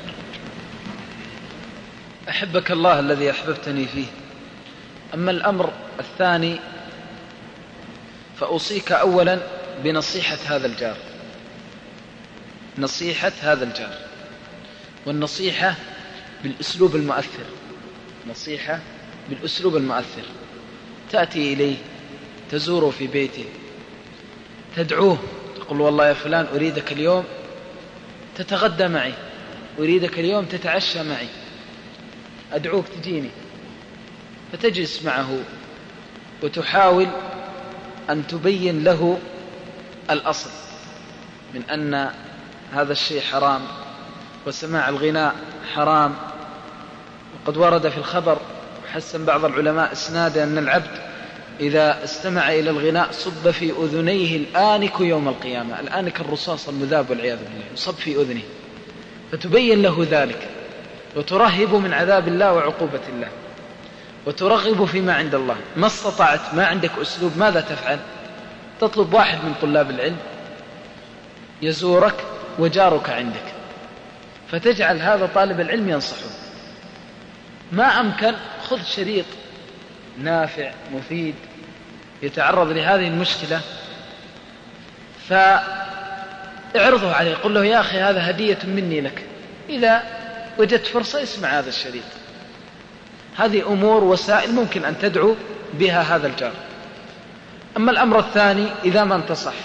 أحبك الله الذي أحببتني فيه. أما الأمر الثاني فأوصيك أولا بنصيحة هذا الجار، نصيحة هذا الجار، والنصيحة بالأسلوب المؤثر، نصيحة بالأسلوب المؤثر. تأتي إليه، تزوره في بيته، تدعوه، تقول والله يا فلان أريدك اليوم تتغدى معي، أريدك اليوم تتعشى معي، أدعوك تجيني. فتجلس معه وتحاول أن تبين له الأصل من أن هذا الشيء حرام، وسماع الغناء حرام. وقد ورد في الخبر وحسن بعض العلماء إسنادا أن العبد إذا استمع إلى الغناء صب في أذنيه الآنك يوم القيامة، الآنك الرصاص المذاب والعياذ بالله، يصب في أذنه، فتبين له ذلك وترهب من عذاب الله وعقوبة الله، وترغب فيما عند الله. ما استطعت، ما عندك أسلوب، ماذا تفعل؟ تطلب واحد من طلاب العلم يزورك وجارك عندك، فتجعل هذا طالب العلم ينصحه. ما أمكن خذ شريط نافع مفيد يتعرض لهذه المشكلة فاعرضه عليه، قل له يا أخي هذا هدية مني لك، إذا وجدت فرصة اسمع هذا الشريط. هذه أمور وسائل ممكن أن تدعو بها هذا الجار. أما الأمر الثاني إذا ما انتصح،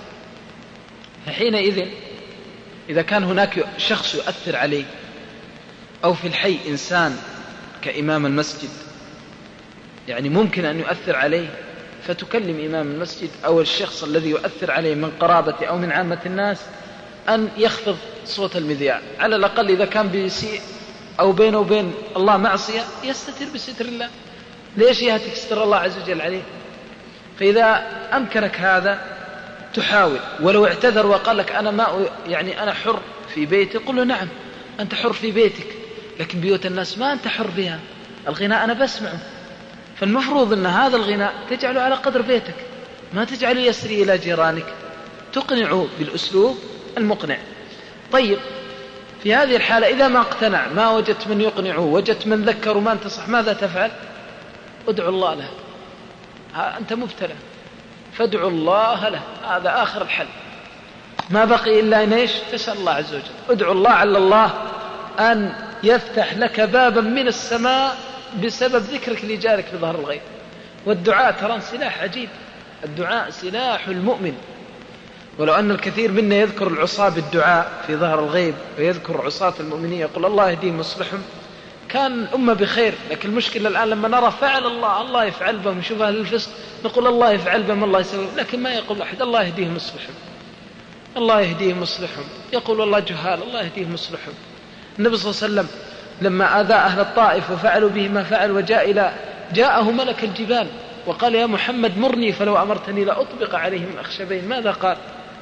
فحينئذ إذا كان هناك شخص يؤثر عليه، أو في الحي إنسان كإمام المسجد يعني ممكن أن يؤثر عليه، فتكلم إمام المسجد أو الشخص الذي يؤثر عليه من قرابته أو من عامة الناس أن يخفض صوت المذياع، على الأقل إذا كان بيسيء أو بينه وبين الله معصية يستتر بستر الله، ليش يهتك ستر الله عز وجل عليه؟ فإذا أمكنك هذا تحاول، ولو اعتذر وقال لك أنا ما يعني أنا حر في بيتي، قل له نعم أنت حر في بيتك، لكن بيوت الناس ما أنت حر بها، الغناء أنا بسمعه، فالمفروض أن هذا الغناء تجعله على قدر بيتك، ما تجعله يسري إلى جيرانك، تقنعه بالأسلوب المقنع. طيب في هذه الحالة إذا ما اقتنع، ما وجدت من يقنعه، وجدت من ذكر وما انتصح، ماذا تفعل؟ ادعو الله له، أنت مبتلى فادعو الله له، هذا آخر الحل، ما بقي إلا أن إيش؟ تسأل الله عز وجل، ادعو الله على الله أن يفتح لك بابا من السماء بسبب ذكرك لجارك بظهر الغيب. والدعاء ترى سلاح عجيب، الدعاء سلاح المؤمن. ولو أن الكثير منا يذكر العصاة بالدعاء في ظهر الغيب ويذكر عصاة المؤمنين يقول الله يهديهم ويصلحهم، كان الأمة بخير. لكن المشكلة الآن لما نرى فعل الله يفعل بهم، نشوف أهل الفسق نقول الله يفعل بهم الله يسوي، لكن ما يقول أحد الله يهديهم ويصلحهم، الله يهديهم ويصلحهم، يقول والله جهال الله يهديهم ويصلحهم. النبي صلى الله عليه وسلم لما آذى أهل الطائف وفعلوا به ما فعل جاءه ملك الجبال وقال يا محمد مرني فلو أمرتني لأطبق عليهم الأخشبين. ماذا قال؟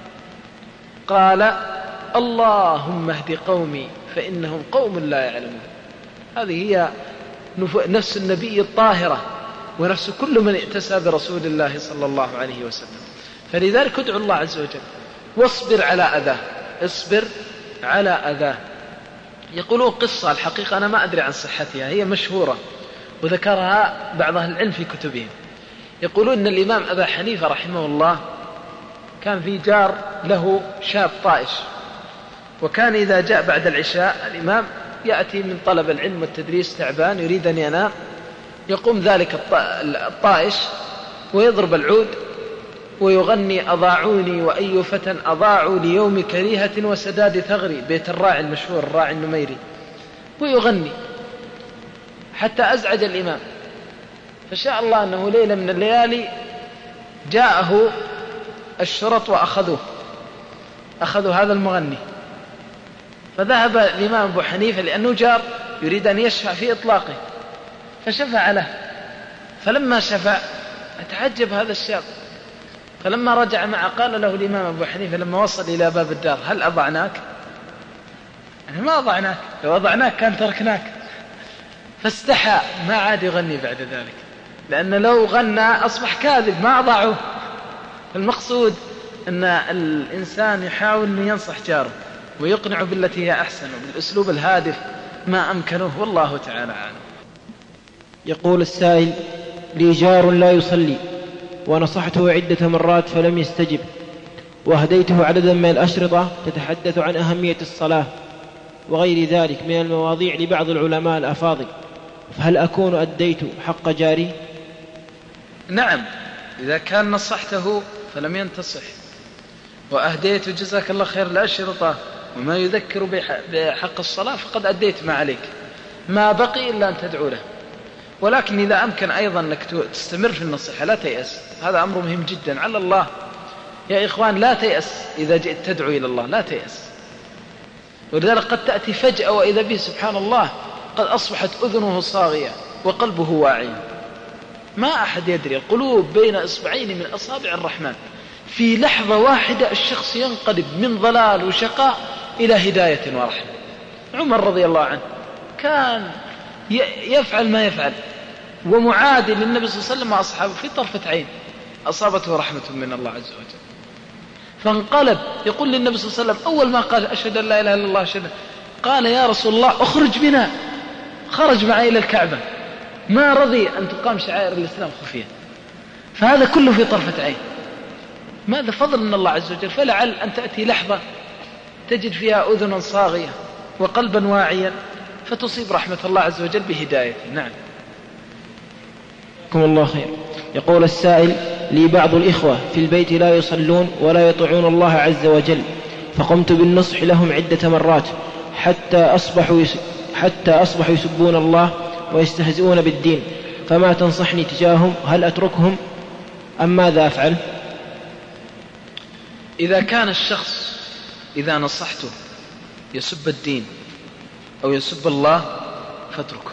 قال اللهم اهد قومي فإنهم قوم لا يعلمون. هذه هي نفس النبي الطاهرة ونفس كل من ائتسى برسول الله صلى الله عليه وسلم. فلذلك ادعو الله عز وجل واصبر على أذاه، اصبر على أذاه. يقولون قصة، الحقيقة أنا ما أدري عن صحتها، هي مشهورة وذكرها بعض أهل العلم في كتبهم. يقولون أن الإمام أبا حنيفة رحمه الله كان في جار له شاب طائش، وكان إذا جاء بعد العشاء الإمام يأتي من طلب العلم والتدريس تعبان يريد أن ينام، يقوم ذلك الطائش ويضرب العود ويغني أضاعوني وأي فتى أضاعوا ليوم كريهة وسداد ثغري، بيت الراعي المشهور الراعي النميري، ويغني حتى أزعج الإمام. فشاء الله أنه ليلة من الليالي جاءه الشرط وأخذوا هذا المغني، فذهب الإمام أبو حنيفة لأنه جار يريد أن يشفع في إطلاقه، فشفع له. فلما شفع أتعجب هذا الشاب، فلما رجع معه قال له الإمام أبو حنيفة لما وصل إلى باب الدار هل أضعناك؟ يعني ما أضعناك، لو أضعناك كان تركناك. فاستحى، ما عاد يغني بعد ذلك، لأن لو غنى أصبح كاذب ما أضاعوه. المقصود أن الإنسان يحاول أن ينصح جاره ويقنعه بالتي هي أحسن وبالأسلوب الهادف ما أمكنه، والله تعالى أعلم. يقول السائل: لي جار لا يصلي ونصحته عدة مرات فلم يستجب، وهديته عددا من الأشرطة تتحدث عن أهمية الصلاة وغير ذلك من المواضيع لبعض العلماء الأفاضل، فهل أكون أديت حق جاري؟ نعم، إذا كان نصحته فلم ينتصح وأهديت جزاك الله خير الأشرطة وما يذكر بحق الصلاة فقد أديت ما عليك، ما بقي إلا أن تدعو له. ولكن إذا أمكن أيضا أنك تستمر في النصيحة لا تيأس، هذا أمر مهم جدا على الله يا إخوان، لا تيأس إذا جئت تدعو إلى الله، لا تيأس. ولذلك قد تأتي فجأة وإذا به سبحان الله قد أصبحت أذنه صاغية وقلبه واعي، ما أحد يدري، القلوب بين إصبعين من أصابع الرحمن، في لحظة واحدة الشخص ينقلب من ضلال وشقاء إلى هداية ورحمة. عمر رضي الله عنه كان يفعل ما يفعل ومعادي للنبي صلى الله عليه وسلم وأصحابه، في طرفة عين أصابته رحمة من الله عز وجل، فانقلب يقول للنبي صلى الله عليه وسلم أول ما قال أشهد أن لا إله إلا الله أشهد، قال يا رسول الله أخرج بنا، خرج معي إلى الكعبة، ما رضي أن تقام شعائر الإسلام خفية. فهذا كله في طرفة عين، ماذا فضل من الله عز وجل. فلعل أن تأتي لحظة تجد فيها أذنا صاغية وقلبا واعيا فتصيب رحمة الله عز وجل بهدايته. نعم. جزاكم الله خير. يقول السائل: لي بعض الإخوة في البيت لا يصلون ولا يطيعون الله عز وجل، فقمت بالنصح لهم عدة مرات حتى أصبحوا يسبون الله ويستهزئون بالدين، فما تنصحني تجاههم؟ هل أتركهم أم ماذا أفعل؟ إذا كان الشخص إذا نصحته يسب الدين أو يسب الله فاتركه.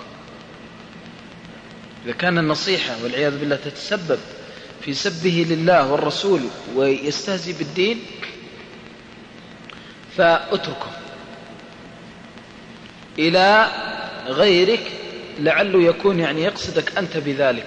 إذا كان النصيحة والعياذ بالله تتسبب في سبه لله والرسول ويستهزئ بالدين فاتركه إلى غيرك لعله يكون يعني يقصدك أنت بذلك.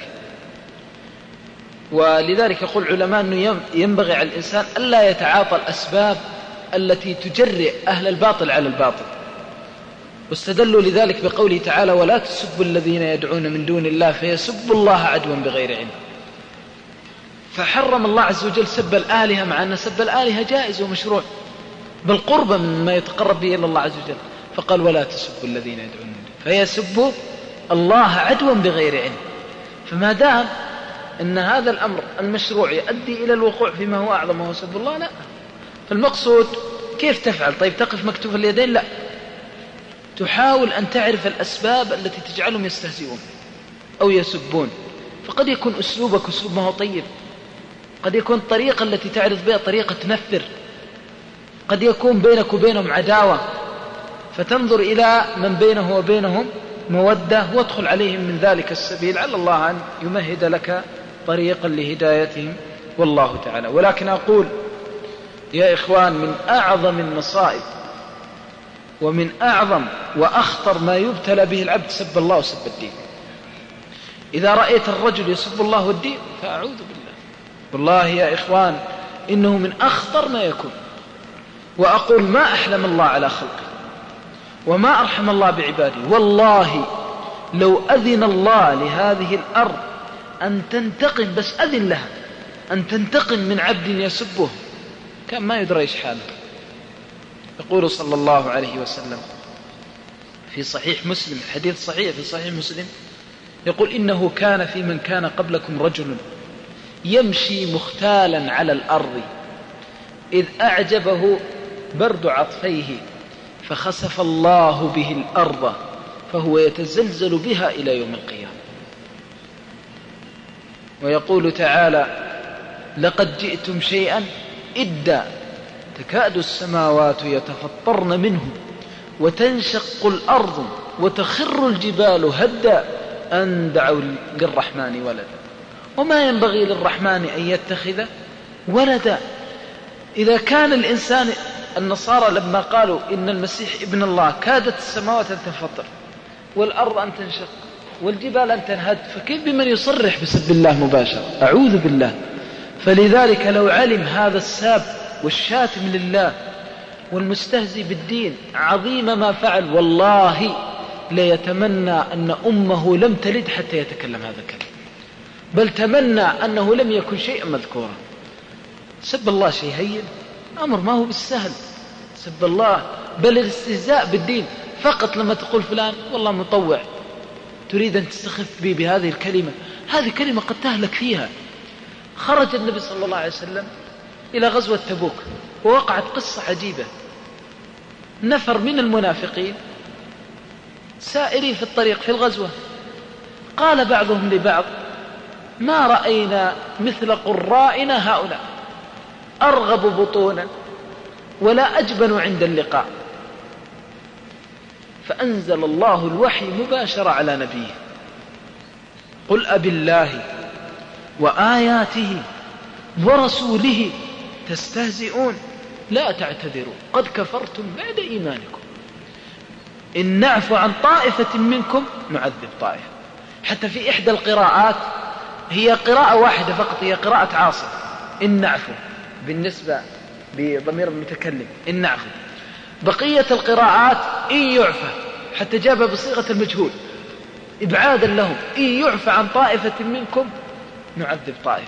ولذلك يقول العلماء أنه ينبغي على الإنسان ألا يتعاطى الأسباب التي تجرئ أهل الباطل على الباطل، واستدلوا لذلك بقوله تعالى: ولا تسبوا الذين يدعون من دون الله فيسبوا الله عدوا بغير علم. فحرم الله عز وجل سب الآلهة، مع أن سب الآلهة جائز ومشروع بل قربا مما يتقرب به إلى الله عز وجل، فقال: ولا تسبوا الذين يدعون من دون فيسبوا الله عدوا بغير علم. فما دام أن هذا الأمر المشروع يؤدي إلى الوقوع فيما هو أعظم وهو سب الله، لا. فالمقصود كيف تفعل؟ طيب تقف مكتوف اليدين؟ لا، تحاول أن تعرف الأسباب التي تجعلهم يستهزئون أو يسبون. فقد يكون أسلوبك أسلوب ما هو طيب، قد يكون الطريقة التي تعرض بها طريقة تنفر، قد يكون بينك وبينهم عداوة، فتنظر إلى من بينه وبينهم مودة وادخل عليهم من ذلك السبيل، على الله أن يمهد لك طريقا لهدايتهم والله تعالى. ولكن أقول يا إخوان، من أعظم المصائب ومن أعظم وأخطر ما يبتلى به العبد سب الله وسب الدين. إذا رأيت الرجل يسب الله والدين فأعوذ بالله، والله يا إخوان إنه من أخطر ما يكون. وأقول ما أحلم الله على خلقه وما أرحم الله بعباده. والله لو أذن الله لهذه الأرض أن تنتقم، بس أذن لها أن تنتقم من عبد يسبه، كان ما يدري إيش حاله. يقول صلى الله عليه وسلم في صحيح مسلم، حديث صحيح في صحيح مسلم، يقول إنه كان في من كان قبلكم رجل يمشي مختالا على الأرض إذ أعجبه برد عطفيه فخسف الله به الأرض فهو يتزلزل بها إلى يوم القيامة. ويقول تعالى لقد جئتم شيئا إدا تكاد السماوات يتفطرن منه وتنشق الأرض وتخر الجبال هدا أن دعوا للرحمن ولدا وما ينبغي للرحمن أن يتخذ ولدا. إذا كان الإنسان، النصارى لما قالوا إن المسيح ابن الله كادت السماوات أن تنفطر والأرض أن تنشق والجبال أن تنهد، فكيف بمن يصرح بسب الله مباشرة؟ أعوذ بالله. فلذلك لو علم هذا الساب والشاتم لله والمستهزي بالدين عظيم ما فعل، والله ليتمنى أن أمه لم تلد حتى يتكلم هذا الكلام، بل تمنى أنه لم يكن شيئا مذكورا. سب الله شيء هين، أمر ما هو بالسهل سب الله، بل الاستهزاء بالدين. فقط لما تقول فلان والله مطوع تريد أن تستخف به بهذه الكلمة، هذه كلمة قد تهلك فيها. خرج النبي صلى الله عليه وسلم إلى غزوة تبوك ووقعت قصة عجيبة. نفر من المنافقين سائرين في الطريق في الغزوة، قال بعضهم لبعض ما رأينا مثل قرائنا هؤلاء، أرغب بطونا ولا أجبن عند اللقاء. فأنزل الله الوحي مباشرة على نبيه قل أبي الله وآياته ورسوله تستهزئون لا تعتذروا قد كفرتم بعد إيمانكم إن نعفو عن طائفة منكم نعذب طائفة. حتى في إحدى القراءات هي قراءة واحدة فقط، هي قراءة عاصم إن نعفو بالنسبة بضمير المتكلم إن نعفو. بقية القراءات إن يعفى، حتى جابها بصيغة المجهول إبعادا لهم، إن يعفى عن طائفة منكم نعذب طائفة.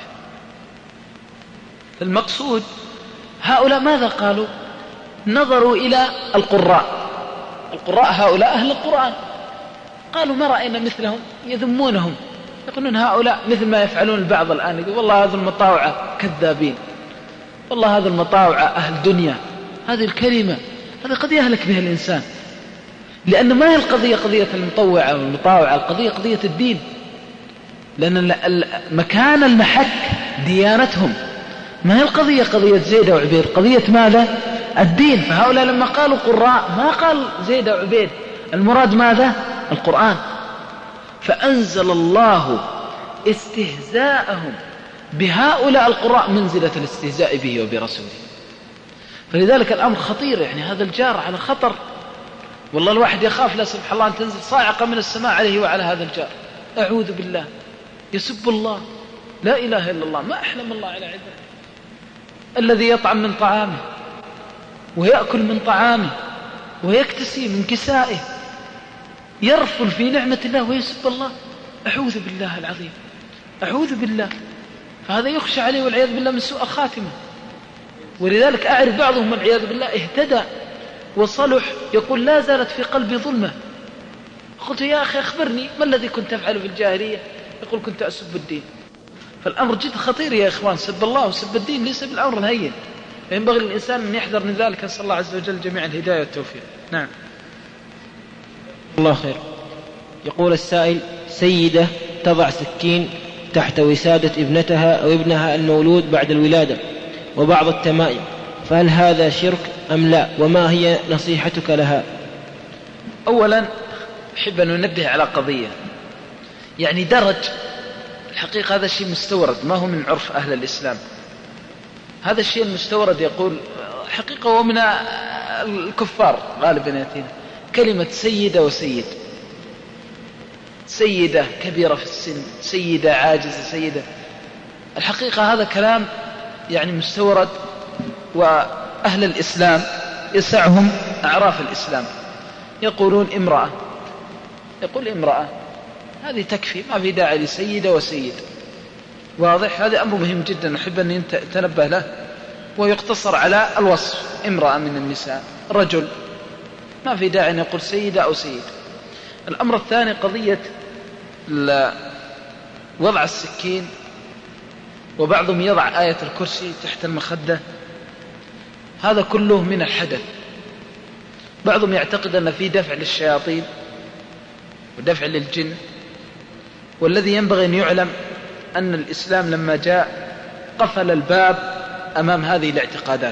فالمقصود هؤلاء ماذا قالوا؟ نظروا إلى القراء هؤلاء أهل القرآن، قالوا ما رأينا مثلهم، يذمونهم، يقولون هؤلاء مثل ما يفعلون البعض الآن، يقول والله هذا المطاوعة كذابين، والله هذا المطاوعة أهل دنيا. هذه الكلمة هذا قد يهلك بها الإنسان، لأن ما هي القضية قضية المطوعة والمطاوعة، القضية قضية الدين، لأن مكان المحك ديانتهم، ما هي القضية قضية زيد وعبيد، قضية ماذا؟ الدين. فهؤلاء لما قالوا قراء ما قال زيد وعبيد، المراد ماذا؟ القرآن. فأنزل الله استهزاءهم بهؤلاء القراء منزلة الاستهزاء به وبرسوله. فلذلك الأمر خطير، يعني هذا الجار على خطر، والله الواحد يخاف لا سبحان الله أن تنزل صاعقة من السماء عليه وعلى هذا الجار. أعوذ بالله، يسب الله، لا إله إلا الله، ما أحلم الله على عباده. الذي يطعم من طعامه ويأكل من طعامه ويكتسي من كسائه يرفل في نعمة الله ويسب الله، أعوذ بالله العظيم، أعوذ بالله. فهذا يخشى عليه والعياذ بالله من سوء خاتمه. ولذلك أعرف بعضهم والعياذ بالله اهتدى وصلح، يقول لا زالت في قلبي ظلمة. قلت يا أخي أخبرني ما الذي كنت أفعله في الجاهلية؟ يقول كنت أسب الدين. فالأمر جد خطير يا إخوان، سب الله وسب الدين ليس بالأمر الهين، فينبغي للإنسان أن يحذر من ذلك. نسأل الله عز وجل جميع الهداية والتوفيق. نعم. الله خير. يقول السائل سيدة تضع سكين تحت وسادة ابنتها أو ابنها المولود بعد الولادة وبعض التمائم، فهل هذا شرك أم لا؟ وما هي نصيحتك لها؟ أولا أحب أن ننبه على قضية، يعني درج الحقيقة هذا الشيء مستورد، ما هو من عرف أهل الإسلام. هذا الشيء المستورد يقول حقيقة هو من الكفار غالبا يأتينا كلمة سيدة وسيد، سيدة كبيرة في السن، سيدة عاجزة، سيدة. الحقيقة هذا كلام يعني مستورد، وأهل الإسلام يسعهم أعراف الإسلام. يقولون امرأة، يقول امرأة هذه تكفي، ما في داعي لسيدة وسيد. واضح؟ هذا أمر مهم جدا أحب أن تنبه له، ويقتصر على الوصف امرأة من النساء، رجل، ما في داعي أن يقول سيدة أو سيد. الأمر الثاني قضية وضع السكين، وبعضهم يضع آية الكرسي تحت المخدة، هذا كله من الحدث. بعضهم يعتقد أن في دفع للشياطين ودفع للجن، والذي ينبغي أن يعلم أن الإسلام لما جاء قفل الباب أمام هذه الاعتقادات،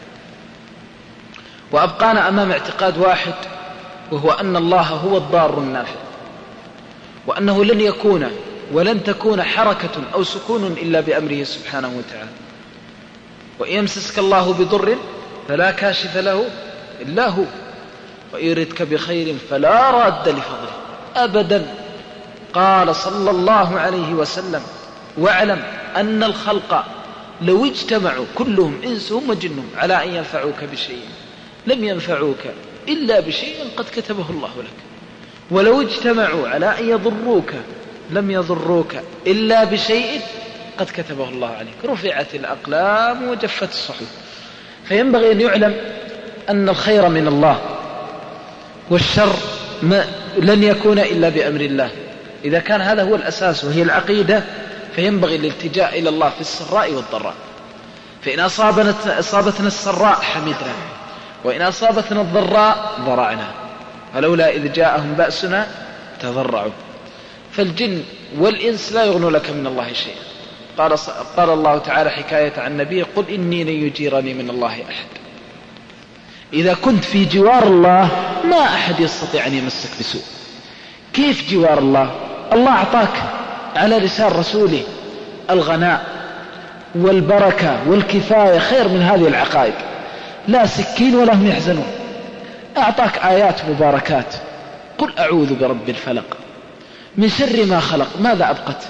وأبقانا أمام اعتقاد واحد، وهو أن الله هو الضار النافع، وأنه لن يكون ولن تكون حركة أو سكون إلا بأمره سبحانه وتعالى. وإن يمسسك الله بضر فلا كاشف له إلا هو، وإن يردك بخير فلا راد لفضله أبدا. قال صلى الله عليه وسلم: واعلم أن الخلق لو اجتمعوا كلهم إنسهم وجنهم على أن ينفعوك بشيء لم ينفعوك إلا بشيء قد كتبه الله لك، ولو اجتمعوا على أن يضروك لم يضروك إلا بشيء قد كتبه الله عليك. رفعت الأقلام وجفت الصحف. فينبغي أن يعلم أن الخير من الله، والشر لن يكون إلا بأمر الله. إذا كان هذا هو الأساس وهي العقيدة، فينبغي الالتجاء إلى الله في السراء والضراء. فإن أصابتنا السراء حمدنا، وإن أصابتنا الضراء ضرعنا، فلولا إذ جاءهم بأسنا تضرعوا. فالجن والإنس لا يغنوا لك من الله شيئا. قال الله تعالى حكاية عن النبي: قل إني لن يجيرني من الله أحد. إذا كنت في جوار الله ما أحد يستطيع أن يمسك بسوء. كيف جوار الله؟ الله أعطاك على لسان رسوله الغناء والبركة والكفاية خير من هذه العقائد، لا سكين ولا هم يحزنون. أعطاك آيات مباركات: قل أعوذ برب الفلق من شر ما خلق. ماذا أبقت؟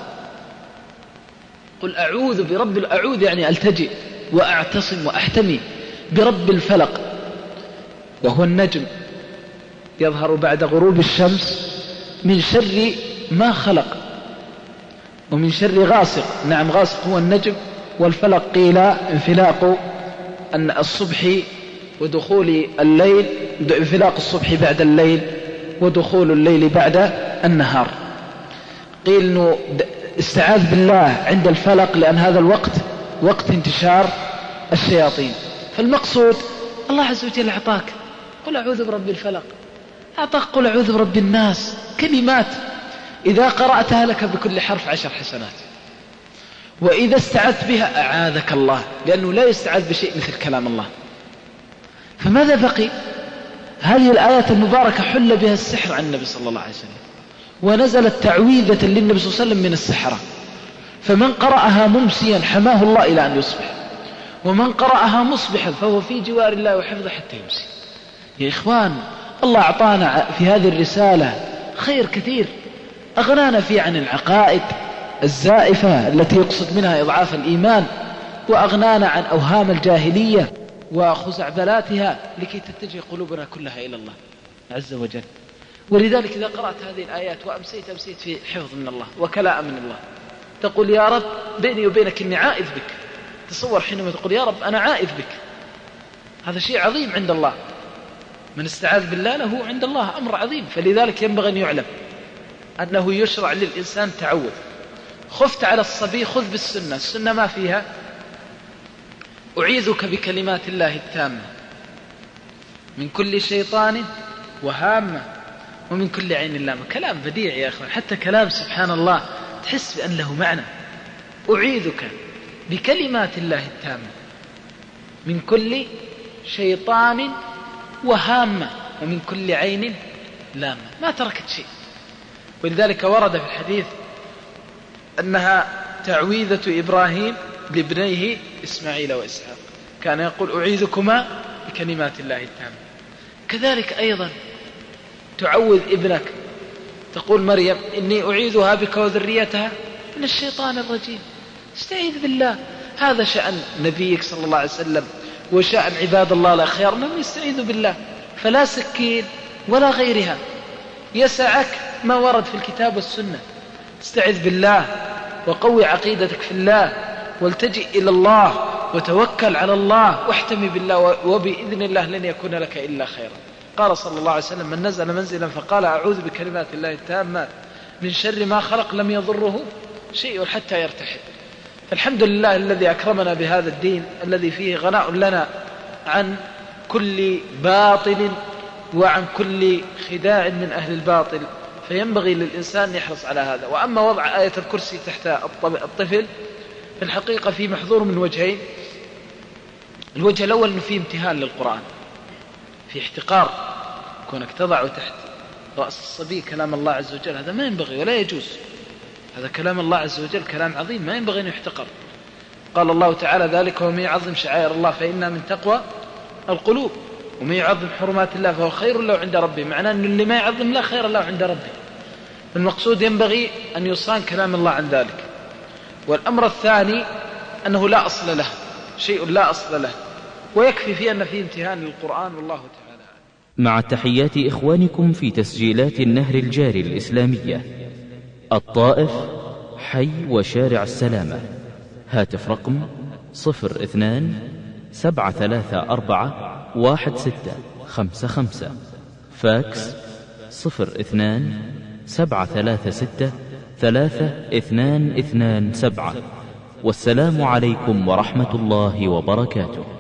قل أعوذ برب أعوذ يعني ألتجئ وأعتصم وأحتمي برب الفلق، وهو النجم يظهر بعد غروب الشمس، من شر ما خلق، ومن شر غاسق. نعم، غاسق هو النجم، والفلق قيل انفلاق أن الصبح ودخول الليل، انفلاق الصبح بعد الليل ودخول الليل بعد النهار. قيل أنه استعاذ بالله عند الفلق لأن هذا الوقت وقت انتشار الشياطين. فالمقصود الله عز وجل أعطاك قل أعوذ برب الفلق، أعطاك قل أعوذ برب الناس، كلمات إذا قرأتها لك بكل حرف 10 حسنات، وإذا استعذت بها أعاذك الله، لأنه لا يستعاذ بشيء مثل كلام الله. فماذا بقي؟ هذه الآيات المباركة حل بها السحر عن النبي صلى الله عليه وسلم، ونزلت تعويذة للنبي صلى الله عليه وسلم من السحرة. فمن قرأها ممسيا حماه الله إلى أن يصبح، ومن قرأها مصبحا فهو في جوار الله وحفظه حتى يمسي. يا إخوان، الله أعطانا في هذه الرسالة خير كثير، أغنانا فيه عن العقائد الزائفة التي يقصد منها إضعاف الإيمان، وأغنانا عن أوهام الجاهلية وخزعبلاتها، لكي تتجه قلوبنا كلها إلى الله عز وجل. ولذلك إذا قرأت هذه الآيات وأمسيت في حفظ من الله وكلاء من الله، تقول يا رب بيني وبينك إني عائذ بك. تصور حينما تقول يا رب أنا عائذ بك، هذا شيء عظيم عند الله. من استعاذ بالله له عند الله أمر عظيم. فلذلك ينبغي أن يعلم أنه يشرع للإنسان تعوذ. خفت على الصبي خذ بالسنة، السنة ما فيها أعيذك بكلمات الله التامة من كل شيطان وهامة ومن كل عين لامة. كلام بديع يا أخوان، حتى كلام سبحان الله تحس بأن له معنى. أعيذك بكلمات الله التامة من كل شيطان وهامة ومن كل عين لامة، ما تركت شيء. ولذلك ورد في الحديث أنها تعويذة إبراهيم لابنيه إسماعيل وإسحاق، كان يقول أعيذكما بكلمات الله التامة. كذلك أيضا تعوذ ابنك، تقول مريم إني أعيذها بك وذريتها من الشيطان الرجيم، استعيذ بالله. هذا شأن نبيك صلى الله عليه وسلم وشأن عباد الله الأخيار، من يستعيذ بالله، فلا سكين ولا غيرها، يسعك ما ورد في الكتاب والسنة. استعذ بالله وقوي عقيدتك في الله، والتجئ إلى الله وتوكل على الله واحتمي بالله، وبإذن الله لن يكون لك إلا خيرا. قال صلى الله عليه وسلم من نزل منزلا فقال أعوذ بكلمات الله التامات من شر ما خلق لم يضره شيء حتى يرتحل. الحمد لله الذي أكرمنا بهذا الدين الذي فيه غناء لنا عن كل باطل وعن كل خداع من أهل الباطل، فينبغي للإنسان يحرص على هذا. وأما وضع آية الكرسي تحت الطفل في الحقيقة فيه محظور من وجهين. الوجه الأول أنه فيه امتهان للقرآن، في احتقار، كونك تضع تحت رأس الصبي كلام الله عز وجل، هذا ما ينبغي ولا يجوز. هذا كلام الله عز وجل كلام عظيم ما ينبغي أن يحتقر. قال الله تعالى ذلك ومن يعظم شعائر الله فإنها من تقوى القلوب ومن يعظم حرمات الله فهو خير له عند ربه، معناه أن اللي ما يعظم لا خير له عند ربه. المقصود ينبغي أن يصان كلام الله عن ذلك. والأمر الثاني أنه لا أصل له، شيء لا أصل له، ويكفي فيه أن فيه امتهان للقرآن والله تعالى. مع تحيات إخوانكم في تسجيلات النهر الجاري الإسلامية، الطائف، حي وشارع السلامة. هاتف رقم 02-734-1655. فاكس 02-736-3227. والسلام عليكم ورحمة الله وبركاته.